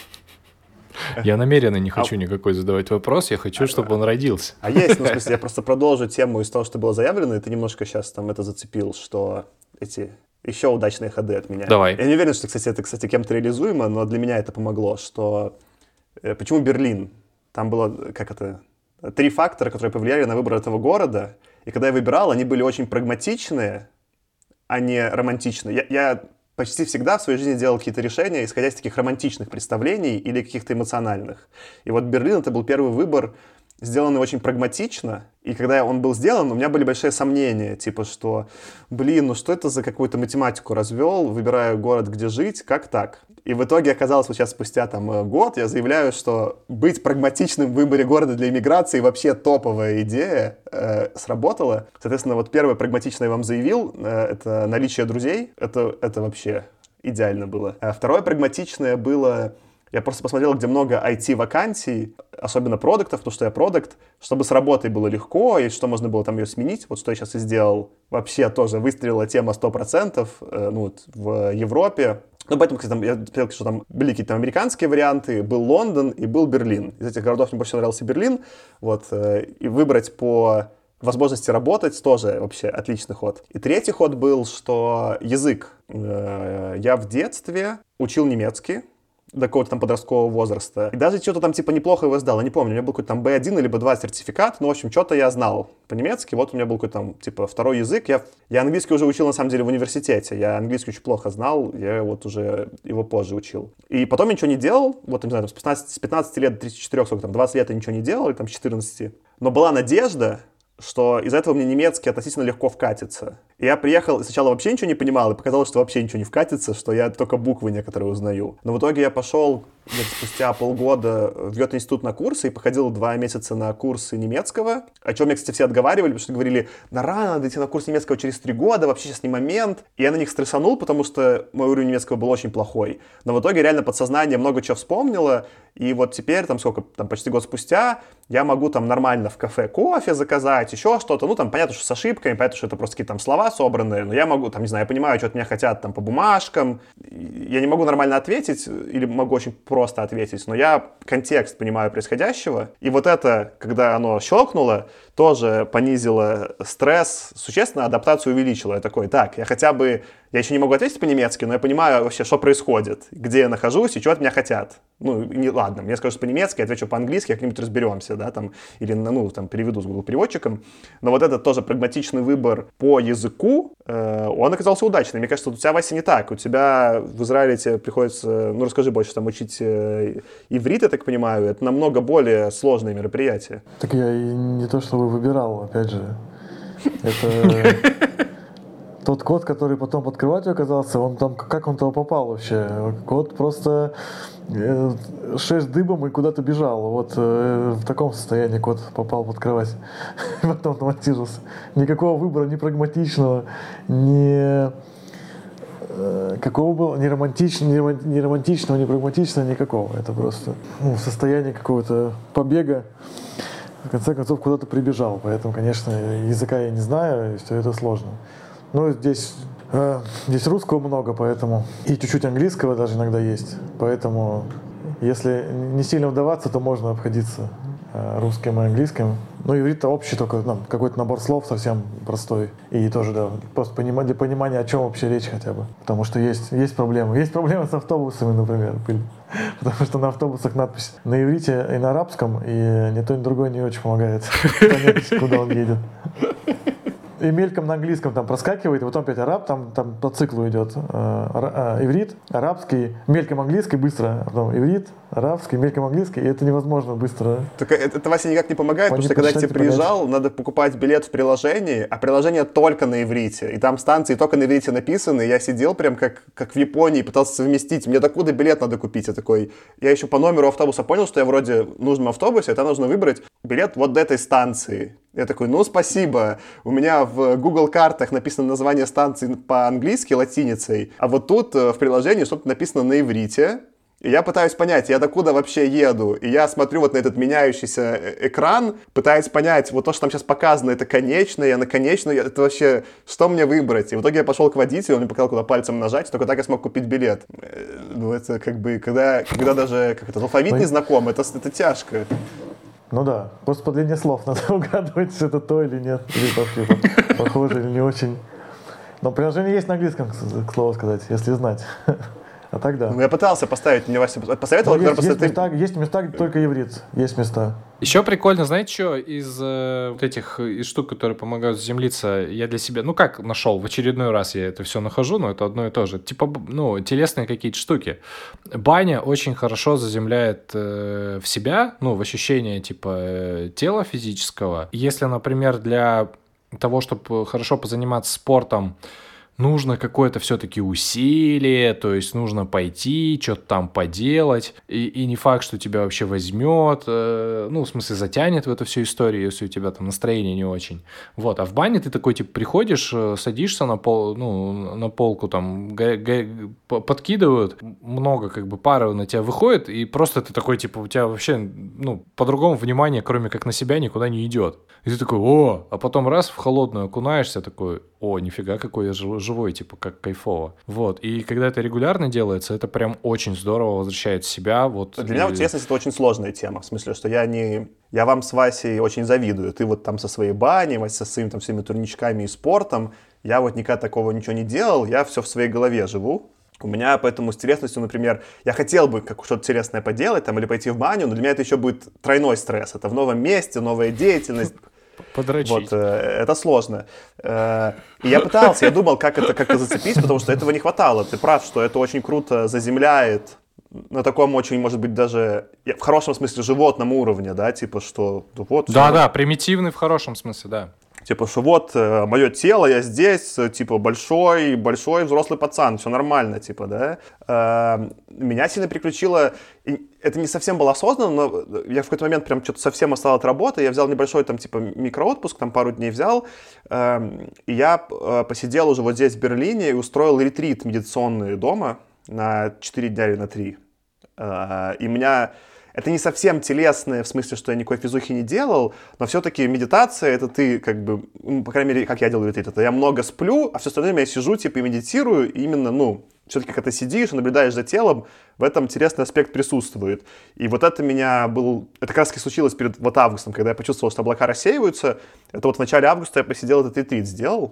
A: Я намеренно не хочу никакой задавать вопрос, я хочу, чтобы он родился.
B: А есть, в смысле, я просто продолжу тему из того, что было заявлено, и ты немножко сейчас там это зацепил, что эти... Еще удачные ходы от меня.
A: Давай.
B: Я не уверен, что, кстати, кем-то реализуемо, но для меня это помогло, что... Почему Берлин? Там было, 3 фактора, которые повлияли на выбор этого города, и когда я выбирал, они были очень прагматичные, а не романтичные. Я почти всегда в своей жизни делал какие-то решения, исходя из таких романтичных представлений или каких-то эмоциональных. И вот Берлин — это был первый выбор, сделанный очень прагматично, и когда он был сделан, у меня были большие сомнения, типа, что, что это за какую-то математику развел, выбираю город, где жить, как так? И в итоге оказалось, вот сейчас спустя год, я заявляю, что быть прагматичным в выборе города для иммиграции вообще топовая идея, сработала. Соответственно, вот первое прагматичное я вам заявил, это наличие друзей, это вообще идеально было. А второе прагматичное было... Я просто посмотрел, где много IT-вакансий, особенно продуктов, потому что я продукт, чтобы с работой было легко, и что можно было там ее сменить. Вот что я сейчас и сделал. Вообще тоже выстрелила тема 100% в Европе. Поэтому, кстати, я смотрел, что там были какие-то американские варианты, был Лондон и был Берлин. Из этих городов мне больше нравился Берлин. И выбрать по возможности работать тоже вообще отличный ход. И третий ход был, что язык. Я в детстве учил немецкий до какого-то там подросткового возраста. И даже что-то там типа неплохо его сдал. Я не помню, у меня был какой-то там B1 или B2 сертификат. Ну, в общем, что-то я знал по-немецки. Вот у меня был какой-то там типа второй язык. Я английский уже учил на самом деле в университете. Я английский очень плохо знал. Я вот уже его позже учил. И потом я ничего не делал. Вот, не знаю, с 15 лет до 34, сколько там, 20 лет я ничего не делал, или там с 14. Но была надежда, что из-за этого мне немецкий относительно легко вкатится. И я приехал, и сначала вообще ничего не понимал, и показалось, что вообще ничего не вкатится, что я только буквы некоторые узнаю. Но в итоге я пошел где-то спустя полгода в Гёте-институт на курсы и походил 2 месяца на курсы немецкого, о чем меня, кстати, все отговаривали, потому что говорили, рано надо идти на курс немецкого через 3 года, вообще сейчас не момент. И я на них стрессанул, потому что мой уровень немецкого был очень плохой. Но в итоге реально подсознание много чего вспомнило, и вот теперь, почти год спустя, я могу там нормально в кафе кофе заказать, еще что-то, понятно, что с ошибками, понятно, что это просто какие-то там слова слова собранные, но я могу, там, не знаю, я понимаю, что от меня хотят там по бумажкам, я не могу нормально ответить, или могу очень просто ответить, но я контекст понимаю происходящего, и вот это, когда оно щелкнуло, тоже понизило стресс, существенно адаптацию увеличило. Я такой, так, я еще не могу ответить по-немецки, но я понимаю вообще, что происходит, где я нахожусь и что от меня хотят. Ну, ладно, мне скажут по-немецки, я отвечу по-английски, как-нибудь разберемся, да, там, или, там, переведу с Google переводчиком. Но вот этот тоже прагматичный выбор по языку, он оказался удачным. Мне кажется, у тебя, Вася, не так. У тебя в Израиле тебе приходится, расскажи больше, там, учить иврит, я так понимаю, это намного более сложное мероприятие.
C: Так я и не то чтобы выбирал, опять же. Это тот код, который потом под кроватью оказался, он там, как он туда попал вообще? Кот просто шерсть дыбом и куда-то бежал. Вот в таком состоянии кот попал под кровать. Потом автоматизировался. Никакого выбора, ни прагматичного, ни какого было, ни романтичного, ни прагматичного, никакого. Это просто состояние какого-то побега. В конце концов, куда-то прибежал. Поэтому, конечно, языка я не знаю, и все это сложно. Ну, здесь русского много, поэтому и чуть-чуть английского даже иногда есть. Поэтому, если не сильно вдаваться, то можно обходиться русским и английским. Ну, иврит-то общий, только какой-то набор слов совсем простой. И тоже, да, просто для понимания, о чем вообще речь хотя бы. Потому что есть проблемы. Есть проблемы с автобусами, например. Потому что на автобусах надпись на иврите и на арабском, и ни то, ни другое не очень помогает понять, куда он едет. И мельком на английском там проскакивает, и потом опять араб, там по циклу идет иврит, арабский, мельком английский, быстро, потом иврит, арабский, мельком английский, и это невозможно быстро.
B: Так это, Вася, никак не помогает, потому что когда я к тебе приезжал, надо покупать билет в приложении, а приложение только на иврите, и там станции только на иврите написаны, и я сидел прям как в Японии, пытался совместить, мне докуда билет надо купить, я такой, я еще по номеру автобуса понял, что я вроде в нужном автобусе, это нужно выбрать билет вот до этой станции. Я такой, спасибо, у меня в Google картах написано название станции по-английски латиницей, а вот тут в приложении что-то написано на иврите, и я пытаюсь понять, я докуда вообще еду, и я смотрю вот на этот меняющийся экран, пытаюсь понять, вот то, что там сейчас показано, это конечное, на конечное, это вообще, что мне выбрать? И в итоге я пошел к водителю, он мне показал, куда пальцем нажать, только так я смог купить билет. Это как бы, когда даже алфавит не знаком, это тяжко.
C: Ну да, просто по длине слов надо угадывать, что это то или нет, или вообще похоже или не очень. Но приложение есть на английском, к слову сказать, если знать. А так да.
B: Я пытался поставить, мне Вася посоветовал.
C: Есть места, где только иврит, есть места.
A: Еще прикольно, знаете, что из этих штук, которые помогают заземлиться, я для себя, нашел, в очередной раз я это все нахожу, но это одно и то же. Типа, телесные какие-то штуки. Баня очень хорошо заземляет в себя, в ощущение, типа, тела физического. Если, например, для того, чтобы хорошо позаниматься спортом, нужно какое-то все-таки усилие, то есть нужно пойти, что-то там поделать, и не факт, что тебя вообще возьмет, в смысле затянет в эту всю историю, если у тебя там настроение не очень. Вот, а в бане ты такой, типа, приходишь, садишься на полку, там, подкидывают, много, пары на тебя выходит, и просто ты такой, типа, у тебя вообще, по-другому внимание, кроме как на себя, никуда не идет. И ты такой, а потом раз в холодную окунаешься, такой, нифига, какой я живой, типа, как кайфово. Вот, и когда это регулярно делается, это прям очень здорово возвращает себя. Вот.
B: Для меня, честно, это очень сложная тема, в смысле, что я вам с Васей очень завидую. Ты вот там со своей баней, Вася со своими там всеми турничками и спортом. Я вот никогда такого ничего не делал, я все в своей голове живу. У меня поэтому с телесностью, например, я хотел бы что-то интересное поделать там, или пойти в баню, но для меня это еще будет тройной стресс. Это в новом месте, новая деятельность.
A: Подрочить.
B: Вот, это сложно. И я пытался, я думал, как это зацепить, потому что этого не хватало. Ты прав, что это очень круто заземляет на таком очень, может быть, даже в хорошем смысле животном уровне, да, типа, что вот...
A: Да, примитивный в хорошем смысле, да.
B: Типа, что вот мое тело, я здесь, типа, большой взрослый пацан, все нормально, типа, да. Меня сильно приключило, это не совсем было осознанно, но я в какой-то момент прям что-то совсем остал от работы, я взял небольшой там, типа, микроотпуск, там пару дней взял, и я посидел уже вот здесь в Берлине и устроил ретрит медитационный дома на 4 дня или на 3. И меня... это не совсем телесное, в смысле, что я никакой физухи не делал, но все-таки медитация, это ты как бы, по крайней мере, как я делаю ретрит, это я много сплю, а все остальное я сижу, типа, и медитирую, и именно, все-таки, когда ты сидишь и наблюдаешь за телом, в этом интересный аспект присутствует. И вот это это как раз таки случилось перед августом, когда я почувствовал, что облака рассеиваются. Это вот в начале августа я посидел этот ретрит, сделал.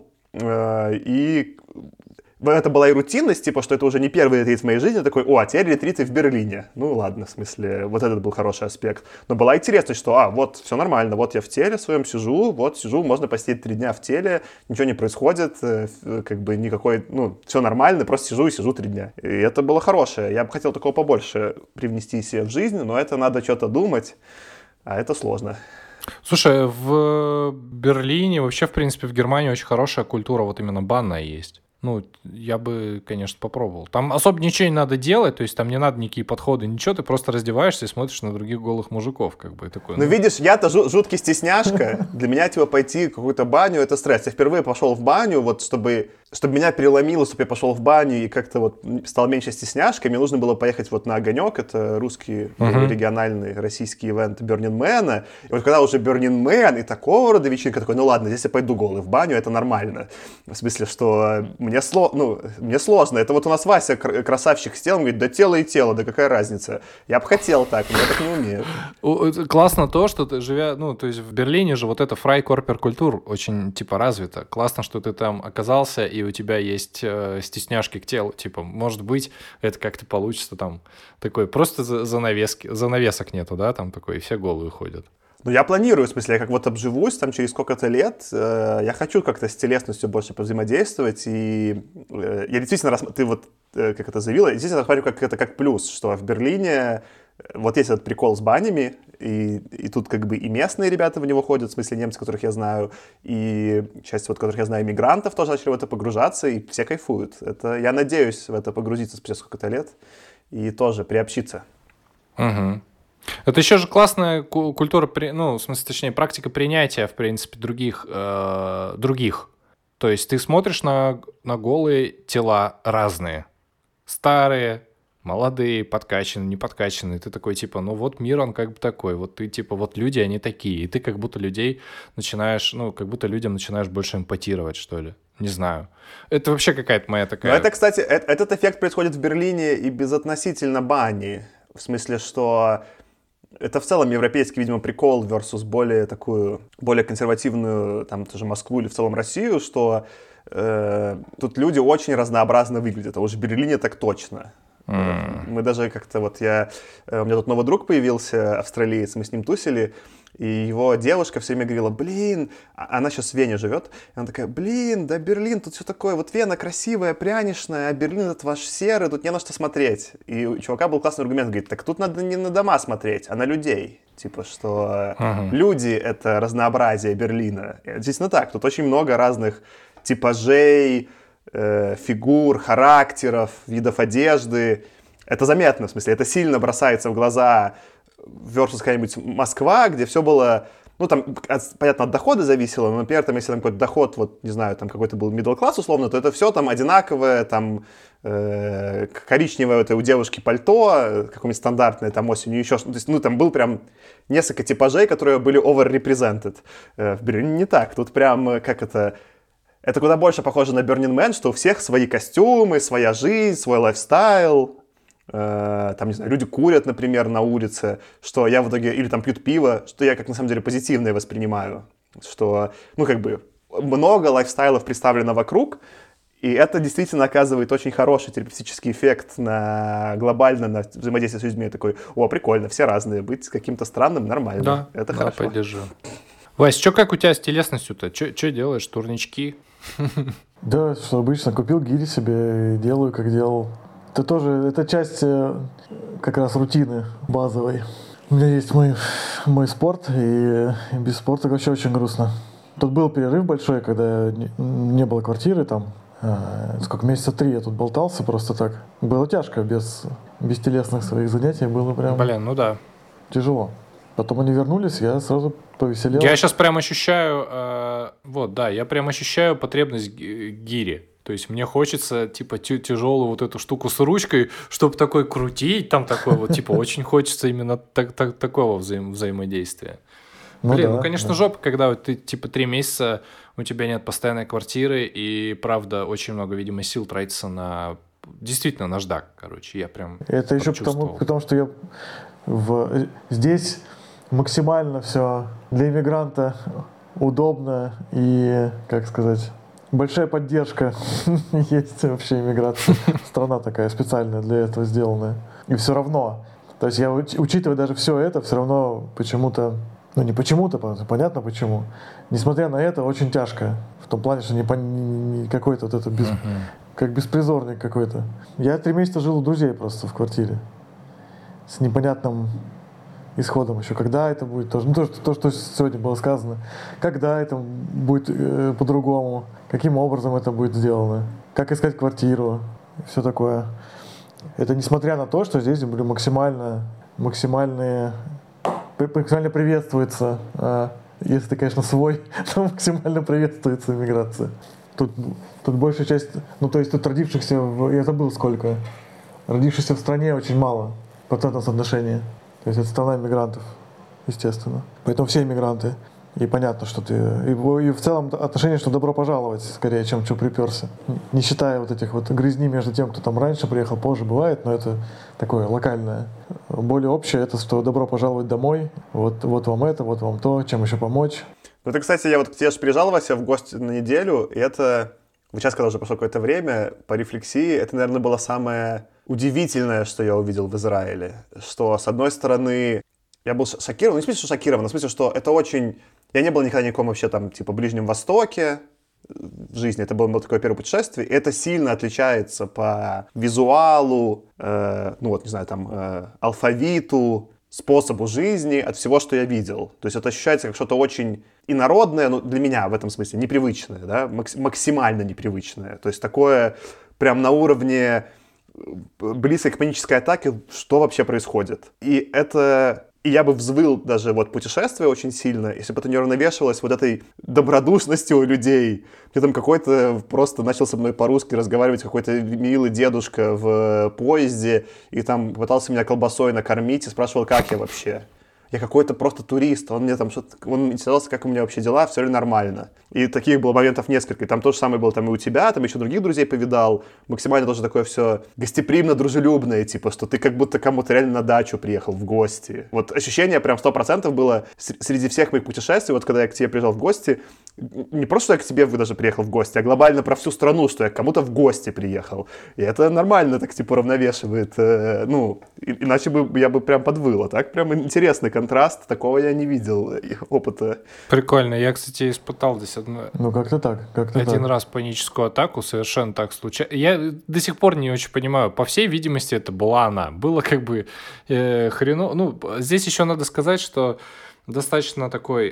B: И это была и рутинность, типа, что это уже не первый ретрит в моей жизни. Такой, а теперь ретриты в Берлине. Ну ладно, в смысле, вот этот был хороший аспект. Но была интересность, что, вот, все нормально, вот я в теле своем сижу, можно посидеть 3 дня в теле, ничего не происходит, как бы никакой, все нормально, просто сижу и сижу 3 дня. И это было хорошее. Я бы хотел такого побольше привнести себе в жизнь, но это надо что-то думать, а это сложно.
A: Слушай, в Берлине, вообще, в принципе, в Германии очень хорошая культура, вот именно банная есть. Я бы, конечно, попробовал. Там особо ничего не надо делать, то есть там не надо никакие подходы, ничего, ты просто раздеваешься и смотришь на других голых мужиков, как бы, и такой.
B: Видишь, я-то жуткий стесняшка, для меня, типа, пойти в какую-то баню, это стресс. Я впервые пошел в баню, вот, чтобы меня переломило, чтобы я пошел в баню и как-то вот стал меньше стесняшкой, мне нужно было поехать вот на «Огонек», это русский региональный российский ивент Burning Man, и вот когда уже Burning Man и такого рода вечеринка, такой, ладно, здесь я пойду голый в баню, это нормально. В смысле, что мне сложно. Это вот у нас Вася, красавчик с телом, говорит, да тело и тело, да какая разница. Я бы хотел так, но я так не умею.
A: Классно то, что ты живя, то есть в Берлине же вот эта фрайкорпер-культура очень, типа, развита. Классно, что ты там оказался, и у тебя есть стесняшки к телу. Типа, может быть, это как-то получится там такой, просто занавесок нету, да, там такой, и все голые ходят.
B: Я планирую, в смысле, я как вот обживусь там через сколько-то лет, я хочу как-то с телесностью больше повзаимодействовать, и я действительно, ты вот как это заявила, я действительно рассматриваю это как плюс, что в Берлине вот есть этот прикол с банями, и тут как бы и местные ребята в него ходят, в смысле немцы, которых я знаю, и часть вот которых я знаю, иммигрантов тоже начали в это погружаться, и все кайфуют. Я надеюсь в это погрузиться спустя сколько-то лет и тоже приобщиться.
A: Угу. Это еще же классная культура, в смысле, точнее, практика принятия, в принципе, других. То есть ты смотришь на голые тела разные. Старые, молодые, подкачанные, не подкачанные. Ты такой, типа, вот мир, он как бы такой. Вот ты, типа, вот люди, они такие. И ты как будто людей начинаешь, как будто людям начинаешь больше эмпатировать, что ли. Не знаю. Это вообще какая-то моя такая...
B: Но это, кстати, этот эффект происходит в Берлине и безотносительно бани. В смысле, что... Это в целом европейский, видимо, прикол versus более консервативную, там, тоже Москву или в целом Россию, что тут люди очень разнообразно выглядят, а уж в Берлине так точно. Мы даже как-то у меня тут новый друг появился, австралиец, мы с ним тусили, и его девушка все время говорила, она сейчас в Вене живет, и она такая, да Берлин, тут все такое, вот Вена красивая, пряничная, а Берлин этот ваш серый, тут не на что смотреть. И у чувака был классный аргумент, говорит, так тут надо не на дома смотреть, а на людей. Типа, что люди — это разнообразие Берлина. И действительно так, тут очень много разных типажей, фигур, характеров, видов одежды. Это заметно, в смысле, это сильно бросается в глаза versus какая-нибудь Москва, где все было, там, понятно, от дохода зависело, но, например, там, если там какой-то доход, вот, не знаю, там какой-то был middle class условно, то это все там одинаковое, там, коричневое это у девушки пальто, какое-нибудь стандартное, там, осенью еще, то есть, там был прям несколько типажей, которые были over-represented. В Берлине не так, тут прям, это куда больше похоже на Burning Man, что у всех свои костюмы, своя жизнь, свой лайфстайл. Там, не знаю, люди курят, например, на улице, что я в итоге, или там пьют пиво, что я как на самом деле позитивное воспринимаю, что, много лайфстайлов представлено вокруг, и это действительно оказывает очень хороший терапевтический эффект глобально на взаимодействие с людьми. Я такой, прикольно, все разные, быть каким-то странным нормально,
A: да,
B: это хорошо.
A: Да, поддержу. Вась, как у тебя с телесностью-то? Что делаешь, турнички?
C: Да, что обычно, купил гири себе и делаю, как делал. Это часть как раз рутины базовой. У меня есть мой спорт, и без спорта вообще очень грустно. Тут был перерыв большой, когда не было квартиры, там, месяца 3 я тут болтался просто так. Было тяжко, без телесных своих занятий было прям...
A: да.
C: Тяжело. Потом они вернулись, я сразу повеселел.
A: Я сейчас прям ощущаю, я прям ощущаю потребность гири. То есть мне хочется, типа, тяжелую вот эту штуку с ручкой, чтобы такой крутить, там такой вот, типа, очень хочется именно такого взаимодействия. Блин, ну, конечно, жопа, когда вот ты, типа, 3 месяца, у тебя нет постоянной квартиры, и, правда, очень много, видимо, сил тратится на... Действительно, наждак, короче, я прям
C: это еще потому, что я здесь максимально все для иммигранта удобно и, как сказать, большая поддержка есть вообще иммиграция. Страна такая специальная для этого сделанная. И все равно, то есть я, учитывая даже все это, все равно почему-то, ну не почему-то, понятно почему, несмотря на это, очень тяжко. В том плане, что не какой-то вот это как беспризорник какой-то. Я 3 месяца жил у друзей просто в квартире. С непонятным исходом еще. Когда это будет тоже. Ну, то, что сегодня было сказано. Когда это будет по-другому. Каким образом это будет сделано. Как искать квартиру. Все такое. Это несмотря на то, что здесь были максимально приветствуется. Если ты, конечно, свой, то максимально приветствуется иммиграция. Тут большая часть, ну то есть тут родившихся, я забыл сколько, родившихся в стране очень мало процентного соотношения. То есть это страна иммигрантов, естественно. Поэтому все иммигранты. И понятно, что ты... И в целом отношение, что добро пожаловать, скорее, чем что приперся. Не считая вот этих вот грызни между тем, кто там раньше приехал, позже бывает, но это такое локальное. Более общее, это что добро пожаловать домой, вот вам это, вот вам то, чем еще помочь.
B: Ну, ты, кстати, я вот к тебе же приезжал, Вася, в гости на неделю, и это, вот сейчас, когда уже прошло какое-то время, по рефлексии, это, наверное, было самое удивительное, что я увидел в Израиле. Что, с одной стороны, я был шокирован, ну, не в смысле, что шокирован, а в смысле, что это очень... Я не был никогда никаком вообще там, типа, Ближнем Востоке в жизни, это было такое первое путешествие, и это сильно отличается по визуалу, ну, вот, не знаю, там, алфавиту, способу жизни от всего, что я видел. То есть это ощущается как что-то очень инородное, ну, для меня в этом смысле непривычное, да, максимально непривычное. То есть такое прям на уровне близкой к панической атаке, что вообще происходит. И я бы взвыл даже вот путешествие очень сильно, если бы это не уравновешивалось вот этой добродушностью у людей. Где там какой-то просто начал со мной по-русски разговаривать какой-то милый дедушка в поезде и там пытался меня колбасой накормить и спрашивал, как я вообще. Я какой-то просто турист, он интересовался, как у меня вообще дела, все ли нормально. И таких было моментов несколько. И там то же самое было там и у тебя, там еще других друзей повидал. Максимально тоже такое все гостеприимно, дружелюбное, типа, что ты как будто кому-то реально на дачу приехал в гости. Вот ощущение прям 100% было среди всех моих путешествий, вот когда я к тебе приезжал в гости, не просто, что я к тебе даже приехал в гости, а глобально про всю страну, что я к кому-то в гости приехал. И это нормально так, типа, уравновешивает. Ну, иначе бы я бы прям подвыл. А так прям интересный контраст. Такого я не видел опыта.
A: Прикольно. Я, кстати, испытал здесь
C: как-то так.
A: Один раз паническую атаку. Совершенно так случайно. Я до сих пор не очень понимаю. По всей видимости, это была она. Было как бы хреново. Ну, здесь еще надо сказать, что достаточно такой...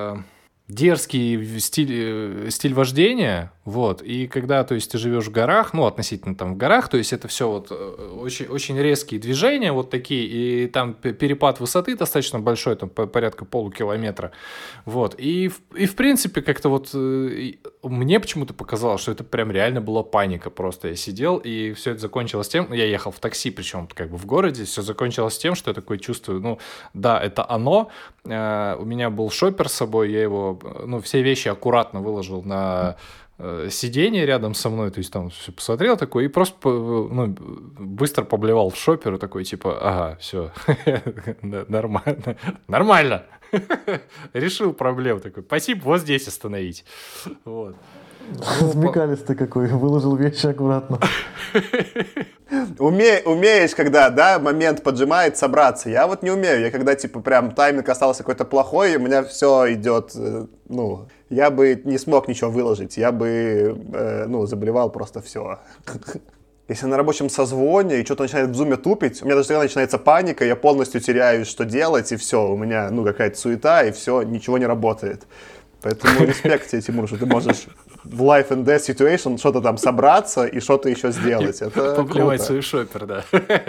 A: дерзкий стиль вождения, вот, и когда, то есть, ты живешь в горах, ну, относительно там в горах, то есть, это все вот очень, очень резкие движения вот такие, и там перепад высоты достаточно большой, там порядка полукилометра, вот, и в принципе, как-то вот мне почему-то показалось, что это прям реально была паника просто, я сидел, и все это закончилось тем, я ехал в такси, причем как бы в городе, все закончилось тем, что я такой чувствую, ну, да, это оно, у меня был шопер с собой, я его, ну, все вещи аккуратно выложил на сиденье рядом со мной, то есть там все посмотрел такой и просто быстро поблевал в шопер и такой типа, ага, все, нормально, решил проблему такой, спасибо, вот здесь остановить, вот.
C: Смекалистый какой, выложил вещи аккуратно.
B: Умеешь, когда, да, момент поджимает, собраться. Я вот не умею. Я когда, типа, прям тайминг остался какой-то плохой, у меня все идет, ну, я бы не смог ничего выложить. Я бы, заболевал просто все. Если на рабочем созвоне и что-то начинает в зуме тупить, у меня даже тогда начинается паника, я полностью теряюсь, что делать, и все, у меня, какая-то суета, и все, ничего не работает. Поэтому респект тебе, Тимур, что ты можешь в life and death situation что-то там собраться и что-то еще сделать. Это
A: поплевать свой шопер, да.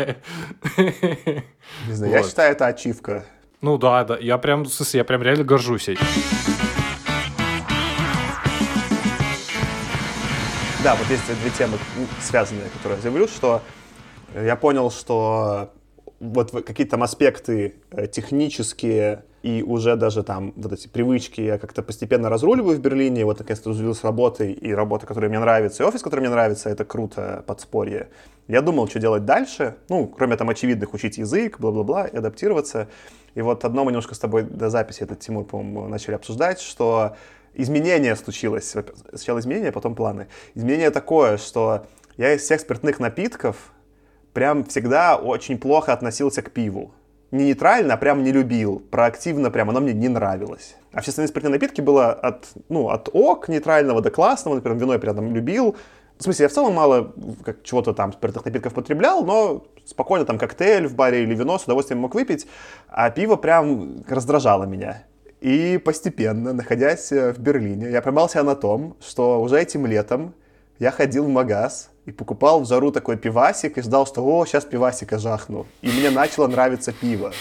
B: Не знаю, я считаю, это ачивка.
A: Ну да, я прям реально горжусь этим.
B: Да, вот есть две темы связанные, которые я заявлю, что я понял, что вот какие-то там аспекты технические и уже даже там вот эти привычки я как-то постепенно разруливаю в Берлине. Вот наконец-то разрулил с работой, и работа, которая мне нравится, и офис, который мне нравится, это круто, подспорье. Я думал, что делать дальше, ну, кроме там очевидных, учить язык, бла-бла-бла, и адаптироваться. И вот одно мы немножко с тобой до записи, этот Тимур, по-моему, начали обсуждать, что изменение случилось. Сначала изменение, потом планы. Изменение такое, что я из всех спиртных напитков прям всегда очень плохо относился к пиву. Не нейтрально, а прям не любил. Проактивно прям оно мне не нравилось. А все остальные спиртные напитки было от ок нейтрального до классного. Например, вино я прям там любил. В смысле, я в целом мало чего-то там спиртных напитков потреблял, но спокойно там коктейль в баре или вино с удовольствием мог выпить. А пиво прям раздражало меня. И постепенно, находясь в Берлине, я поймал себя на том, что уже этим летом я ходил в магаз и покупал в жару такой пивасик и ждал, что сейчас пивасика жахну. И мне начало нравиться пиво.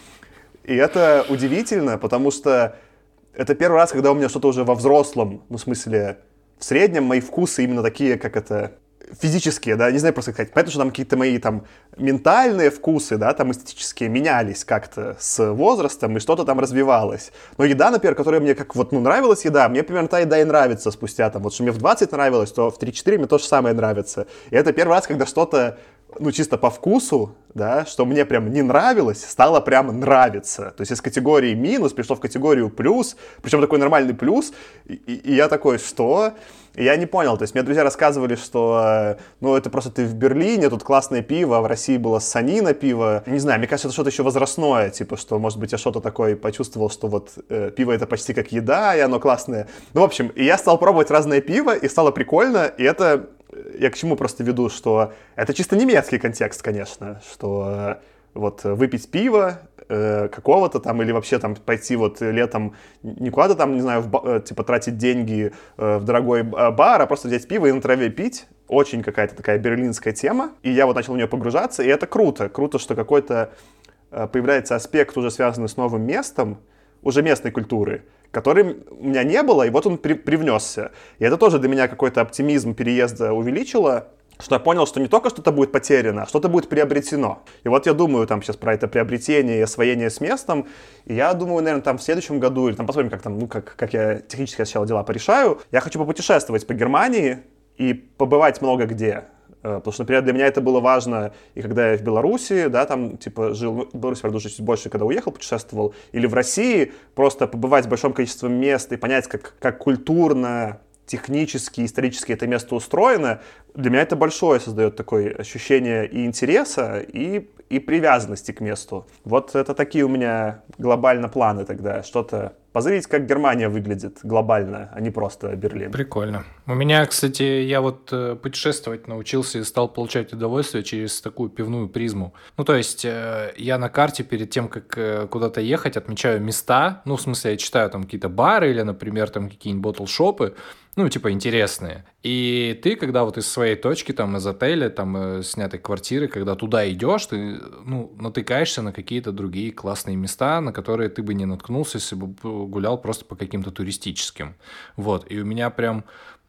B: И это удивительно, потому что это первый раз, когда у меня что-то уже во взрослом, ну, в смысле, в среднем мои вкусы именно такие, как это, физические, да, не знаю просто сказать. Понятно, что там какие-то мои там ментальные вкусы, да, там эстетические менялись как-то с возрастом, и что-то там развивалось. Но еда, например, которая мне как вот, нравилась еда, мне примерно та еда и нравится спустя там, вот что мне в 20 нравилось, то в 3-4 мне то же самое нравится. И это первый раз, когда что-то, ну, чисто по вкусу, да, что мне прям не нравилось, стало прям нравиться. То есть из категории минус пришло в категорию плюс, причем такой нормальный плюс, и я такой, что? И я не понял, то есть мне друзья рассказывали, что, ну, это просто ты в Берлине, тут классное пиво, а в России было Санина пиво. Не знаю, мне кажется, это что-то еще возрастное, типа, что, может быть, я что-то такое почувствовал, что вот пиво это почти как еда, и оно классное. Ну, в общем, и я стал пробовать разное пиво, и стало прикольно, и это, я к чему просто веду, что это чисто немецкий контекст, конечно, что вот выпить пиво какого-то там, или вообще там пойти вот летом не куда-то там, не знаю, типа тратить деньги в дорогой бар, а просто взять пиво и на траве пить. Очень какая-то такая берлинская тема. И я вот начал в нее погружаться, и это круто. Круто, что какой-то появляется аспект, уже связанный с новым местом, уже местной культуры, который у меня не было, и вот он привнесся. И это тоже для меня какой-то оптимизм переезда увеличило, что я понял, что не только что-то будет потеряно, а что-то будет приобретено. И вот я думаю там сейчас про это приобретение и освоение с местом, и я думаю, наверное, там в следующем году, или там посмотрим, как там, ну, как я технически сначала дела порешаю, я хочу попутешествовать по Германии и побывать много где. Потому что, например, для меня это было важно, и когда я в Беларуси, да, там, типа, жил, в Беларуси, правда, чуть больше, когда уехал, путешествовал, или в России, просто побывать в большом количестве мест и понять, как культурно, технически, исторически это место устроено, для меня это большое создает такое ощущение и интереса, и привязанности к месту. Вот это такие у меня глобально планы тогда, что-то позырить, как Германия выглядит глобально, а не просто Берлин.
A: Прикольно. У меня, кстати, я вот путешествовать научился и стал получать удовольствие через такую пивную призму. Ну, то есть я на карте перед тем, как куда-то ехать, отмечаю места. Ну, в смысле, я читаю там какие-то бары или, например, там какие-нибудь ботлшопы, ну, типа, интересные. И ты, когда вот из своей точки, там, из отеля, там, снятой квартиры, когда туда идешь, ты, ну, натыкаешься на какие-то другие классные места, на которые ты бы не наткнулся, если бы гулял просто по каким-то туристическим. Вот, и у меня прям...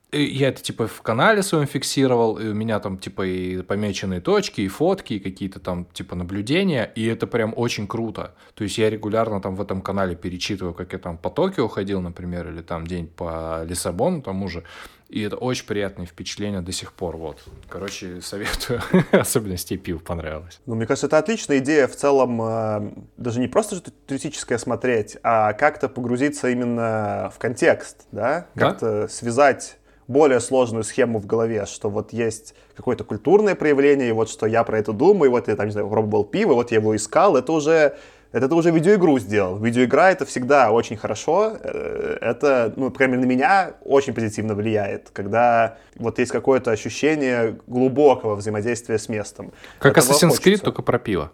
A: Я это, типа, в канале своем фиксировал, и у меня там, типа, и помеченные точки, и фотки, и какие-то там, типа, наблюдения, и это прям очень круто. То есть я регулярно там в этом канале перечитываю, как я там по Токио ходил, например, или там день по Лиссабону тому же, и это очень приятные впечатления до сих пор, вот. Короче, советую, особенно с пиво понравилось.
B: Ну, мне кажется, это отличная идея в целом, даже не просто туристическое смотреть, а как-то погрузиться именно в контекст, да? Как-то связать более сложную схему в голове, что вот есть какое-то культурное проявление, и вот что я про это думаю, и вот я там, не знаю, пробовал пиво, вот я его искал, это уже видеоигру сделал. Видеоигра — это всегда очень хорошо, это, ну, по крайней мере, на меня очень позитивно влияет, когда вот есть какое-то ощущение глубокого взаимодействия с местом.
A: Как Assassin's Creed, только про пиво.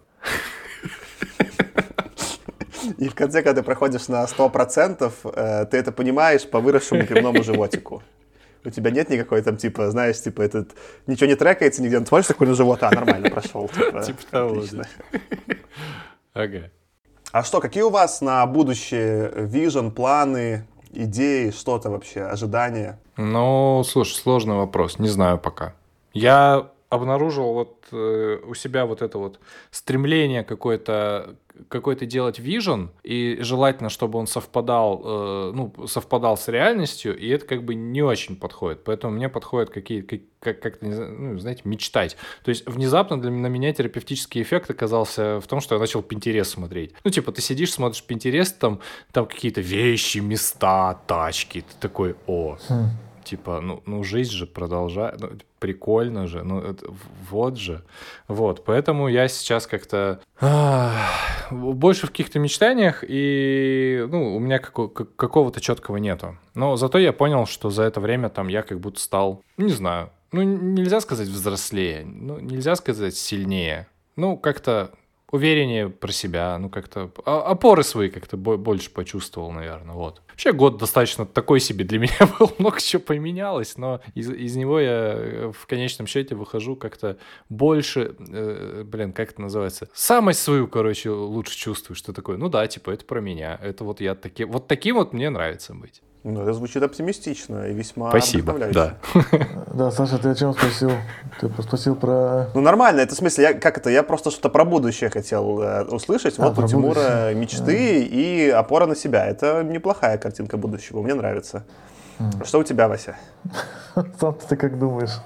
B: И в конце, когда ты проходишь на 100%, ты это понимаешь по выросшему пивному животику. У тебя нет никакой там, типа, знаешь, типа, этот, ничего не трекается нигде, ты смотришь такой на живот, нормально прошел.
A: Типа того, да. Ага.
B: А что, какие у вас на будущее вижен, планы? идеи, что-то вообще, ожидания?
A: Ну, слушай, сложный вопрос, не знаю пока. Я обнаружил вот у себя вот это вот стремление какое-то делать вижен, и желательно, чтобы он совпадал с реальностью, и это как бы не очень подходит. Поэтому мне подходят как-то, ну, знаете, мечтать. То есть внезапно на меня терапевтический эффект оказался в том, что я начал Pinterest смотреть. Ну, типа, ты сидишь, смотришь Pinterest, там какие-то вещи, места, тачки, ты такой, типа, ну жизнь же продолжает, ну, прикольно же, ну вот же. Вот, поэтому я сейчас как-то больше в каких-то мечтаниях, и, ну, у меня какого-то четкого нету. Но зато я понял, что за это время там я как будто стал, не знаю, ну, нельзя сказать взрослее, ну, нельзя сказать сильнее, ну, как-то увереннее про себя, ну, как-то опоры свои как-то больше почувствовал, наверное, вот. Вообще год достаточно такой себе для меня был, много чего поменялось, но из него я в конечном счете выхожу как-то больше, как это называется, самость свою, короче, лучше чувствую, что такое, ну да, типа, это про меня, это вот я таким вот мне нравится быть.
B: Ну, это звучит оптимистично и весьма
A: вдохновляюще. Да.
C: Да, Саша, ты о чем спросил? Ты спросил про...
B: Ну, нормально, это в смысле, я просто что-то про будущее хотел услышать. Вот у Тимура мечты и опора на себя. Это неплохая картинка будущего, мне нравится. Что у тебя, Вася?
C: Сам ты как думаешь?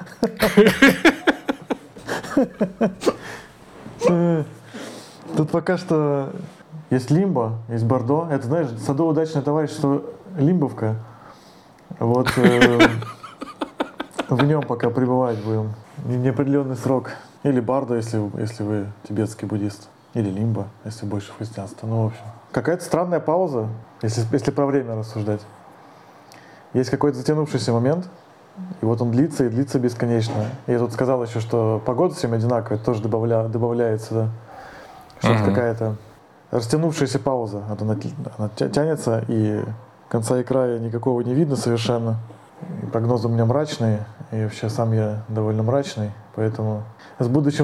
C: Тут пока что есть Лимбо, есть Бордо. Это, знаешь, садово-дачное товарищество Лимбовка. Вот в нем пока пребывать будем неопределенный срок. Или Бардо, если вы тибетский буддист. Или Лимбо, если больше христианства. Ну, в общем. Какая-то странная пауза, если про время рассуждать. Есть какой-то затянувшийся момент, и вот он длится и длится бесконечно. Я тут сказал еще, что погода всем одинаковая, это тоже добавляется, да. Что-то какая-то растянувшаяся пауза. Вот она тянется, и конца и края никакого не видно совершенно. И прогнозы у меня мрачные, и вообще сам я довольно мрачный, поэтому с будущим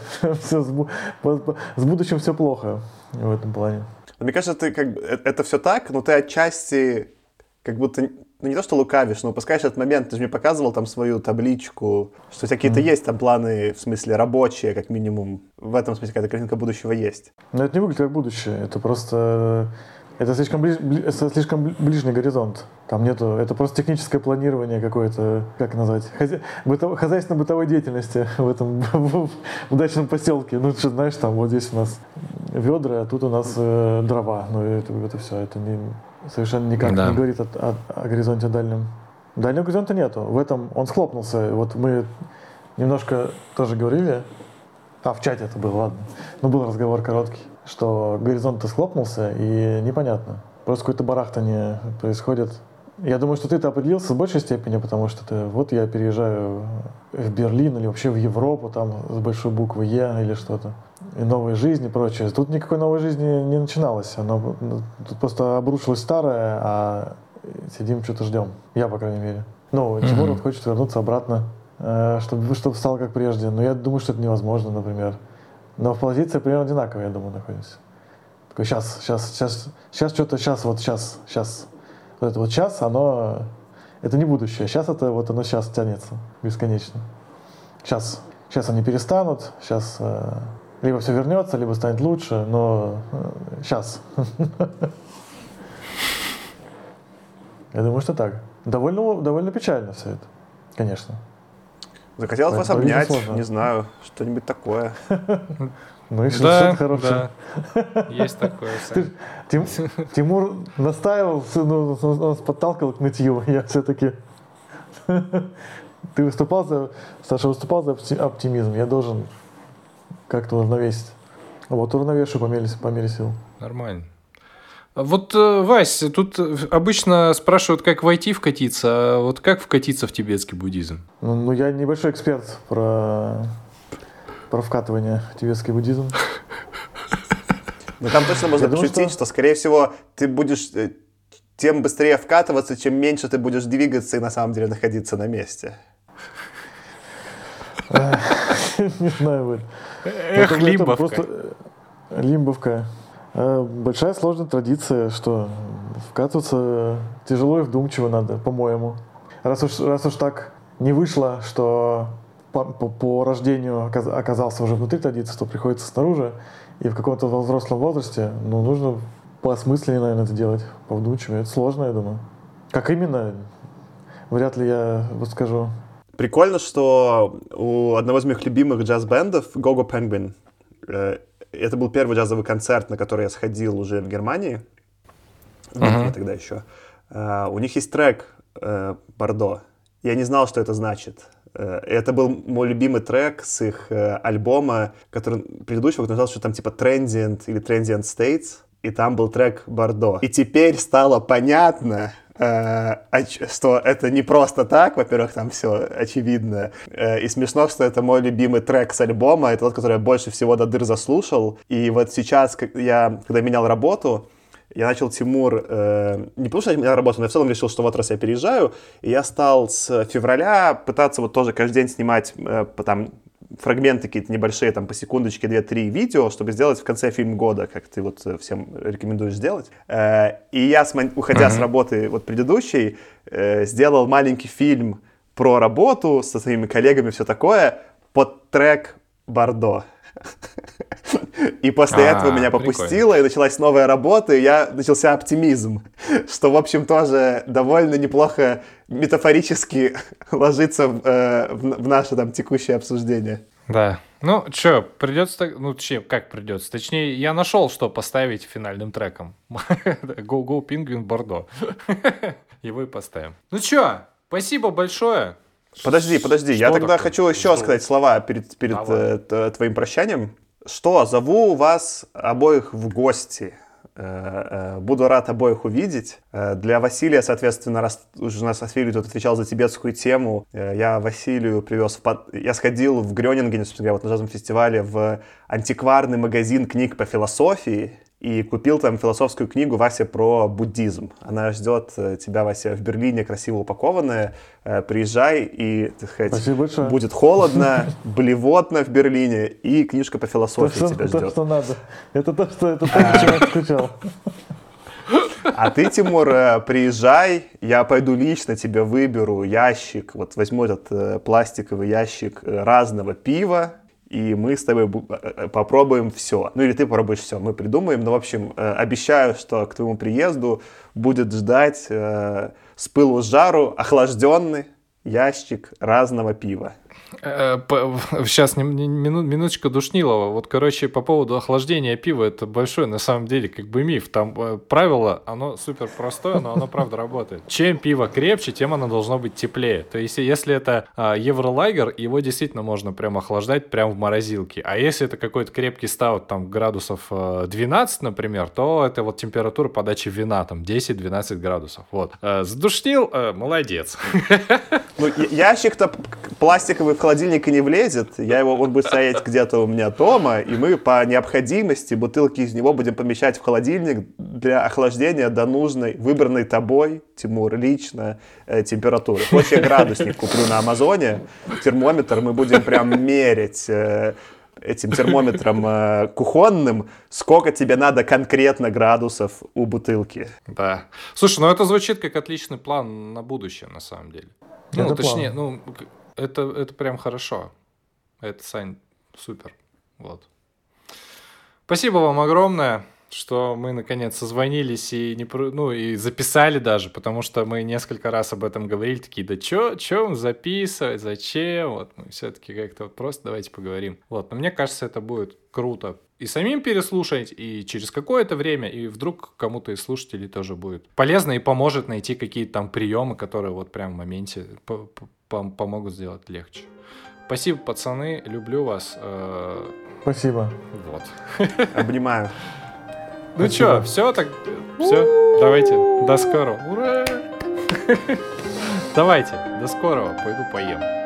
C: все плохо в этом плане.
B: Мне кажется, это все так, но ты отчасти как будто, ну, не то что лукавишь, но упускаешь этот момент. Ты же мне показывал там свою табличку, что какие-то есть там планы, в смысле рабочие, как минимум. В этом смысле какая-то картинка будущего есть.
C: Но это не выглядит как будущее, это просто... Это слишком ближний горизонт. Там нету... Это просто техническое планирование какое-то, как назвать, хозяйственно-бытовой деятельности в этом в дачном поселке. Ну, ты знаешь, там вот здесь у нас ведра, а тут у нас дрова. Ну, это все, это совершенно никак не говорит о горизонте дальнем. Дальнего горизонта нету. В этом он схлопнулся. Вот мы немножко тоже говорили, в чате это было, ладно. Но был разговор короткий, что горизонт-то схлопнулся, и непонятно. Просто какое-то барахтание происходит. Я думаю, что ты-то определился в большей степени, потому что вот я переезжаю в Берлин или вообще в Европу, там с большой буквы Е или что-то. И новая жизнь и прочее. Тут никакой новой жизни не начиналось. Тут просто обрушилось старое, а сидим, что-то ждем. Я, по крайней мере. Ну, Тимур хочет вернуться обратно, чтобы стало как прежде. Но я думаю, что это невозможно, например. Но в позиции примерно одинаково, я думаю, находимся. Такой сейчас. Вот это вот сейчас, это не будущее. Сейчас это вот оно сейчас тянется бесконечно. Сейчас они перестанут, сейчас либо все вернется, либо станет лучше, но сейчас. Я думаю, что так. Довольно печально все это, конечно.
B: Захотелось вас обнять, не знаю, что-нибудь такое.
C: Ну и что-то хорошее.
A: Да, есть такое.
C: Тимур настаивал, он подталкивал к нытью. Я все-таки... Саша выступал за оптимизм. Я должен как-то уравновесить. Вот уравновешу по мере сил.
A: Нормально. Вот, Вась, тут обычно спрашивают, как войти, вкатиться. А вот как вкатиться в тибетский буддизм?
C: Ну, я небольшой эксперт про вкатывание в тибетский буддизм.
B: Но там точно можно пошутить, что, скорее всего, ты будешь тем быстрее вкатываться, чем меньше ты будешь двигаться и на самом деле находиться на месте.
C: Не знаю.
A: Лимбовка.
C: Лимбовка. Большая сложная традиция, что вкатываться тяжело и вдумчиво надо, по-моему. Раз уж так не вышло, что по рождению оказался уже внутри традиции, то приходится снаружи. И в каком-то взрослом возрасте, нужно поосмысленнее, наверное, это делать, повдумчивее. Это сложно, я думаю. Как именно, вряд ли я вот скажу.
B: Прикольно, что у одного из моих любимых джаз-бендов, Go-Go Penguin, это был первый джазовый концерт, на который я сходил уже в Германии, тогда еще. У них есть трек «Бордо». Я не знал, что это значит. Это был мой любимый трек с их альбома, который предыдущего, который назывался, что там типа Transient или Transient States, и там был трек «Бордо». И теперь стало понятно, что это не просто так, во-первых, там все очевидно. И смешно, что это мой любимый трек с альбома, это тот, который я больше всего до дыр заслушал. И вот сейчас, когда менял работу, я начал, Тимур, не потому что я менял работу, но я в целом решил, что вот раз я переезжаю, и я стал с февраля пытаться вот тоже каждый день снимать там фрагменты какие-то небольшие, там, по секундочке, 2-3 видео, чтобы сделать в конце фильм года, как ты вот всем рекомендуешь сделать. И я, уходя с работы вот предыдущей, сделал маленький фильм про работу со своими коллегами, все такое, под трек «Бордо». И после этого меня попустило, и началась новая работа, и начался оптимизм, что, в общем, тоже довольно неплохо метафорически ложится в наше там текущее обсуждение.
A: Да. Придется... как придется? Точнее, я нашел, что поставить финальным треком. Go Penguin Bordeaux. Его и поставим. Спасибо большое.
B: Подожди. Я тогда хочу еще сказать слова перед твоим прощанием. Зову вас обоих в гости. Буду рад обоих увидеть. Для Василия, соответственно, раз уже у нас Василий тут отвечал за тибетскую тему, я Василию привез... Я сходил в Грёнинген, собственно говоря, вот на джазовом фестивале, в антикварный магазин книг по философии и купил там философскую книгу, Вася, про буддизм. Она ждет тебя, Вася, в Берлине, красиво упакованная. Приезжай, и, так сказать, будет холодно, блевотно в Берлине, и книжка по философии тебя ждет.
C: То, что надо. Это то, почему я скучал.
B: А ты, Тимур, приезжай, я пойду лично тебе выберу ящик, вот возьму этот пластиковый ящик разного пива, и мы с тобой попробуем все. Или ты попробуешь все, мы придумаем. В общем, обещаю, что к твоему приезду будет ждать с пылу с жару охлажденный ящик разного пива.
A: Сейчас минуточка Душнилова. Вот, по поводу охлаждения пива, это большой, на самом деле, миф. Там правило, оно супер простое, но оно правда работает. Чем пиво крепче, тем оно должно быть теплее. То есть, если это евролагер, его действительно можно прям охлаждать прямо в морозилке. А если это какой-то крепкий стаут, там, градусов 12, например, то это вот температура подачи вина, там, 10-12 градусов. Вот. Задушнил, молодец.
B: Ящик-то пластиковый в холодильник и не влезет. Он будет стоять где-то у меня дома, и мы по необходимости бутылки из него будем помещать в холодильник для охлаждения до нужной, выбранной тобой, Тимур, лично температуры. Хочешь, я градусник куплю на Амазоне, термометр, мы будем прям мерить этим термометром кухонным, сколько тебе надо конкретно градусов у бутылки.
A: Да. Слушай, это звучит как отличный план на будущее, на самом деле. Это прям хорошо. Это, Сань, супер. Вот. Спасибо вам огромное, что мы наконец созвонились и записали даже, потому что мы несколько раз об этом говорили, такие, да чё записывать, зачем? Вот мы все-таки как-то просто давайте поговорим. Вот, но мне кажется, это будет круто и самим переслушать, и через какое-то время, и вдруг кому-то из слушателей тоже будет полезно и поможет найти какие-то там приемы, которые вот прям в моменте помогут сделать легче. Спасибо, пацаны, люблю вас.
C: Спасибо.
A: Вот.
B: Обнимаю.
A: Все, давайте, до скорого. Ура! Давайте, до скорого, пойду поем.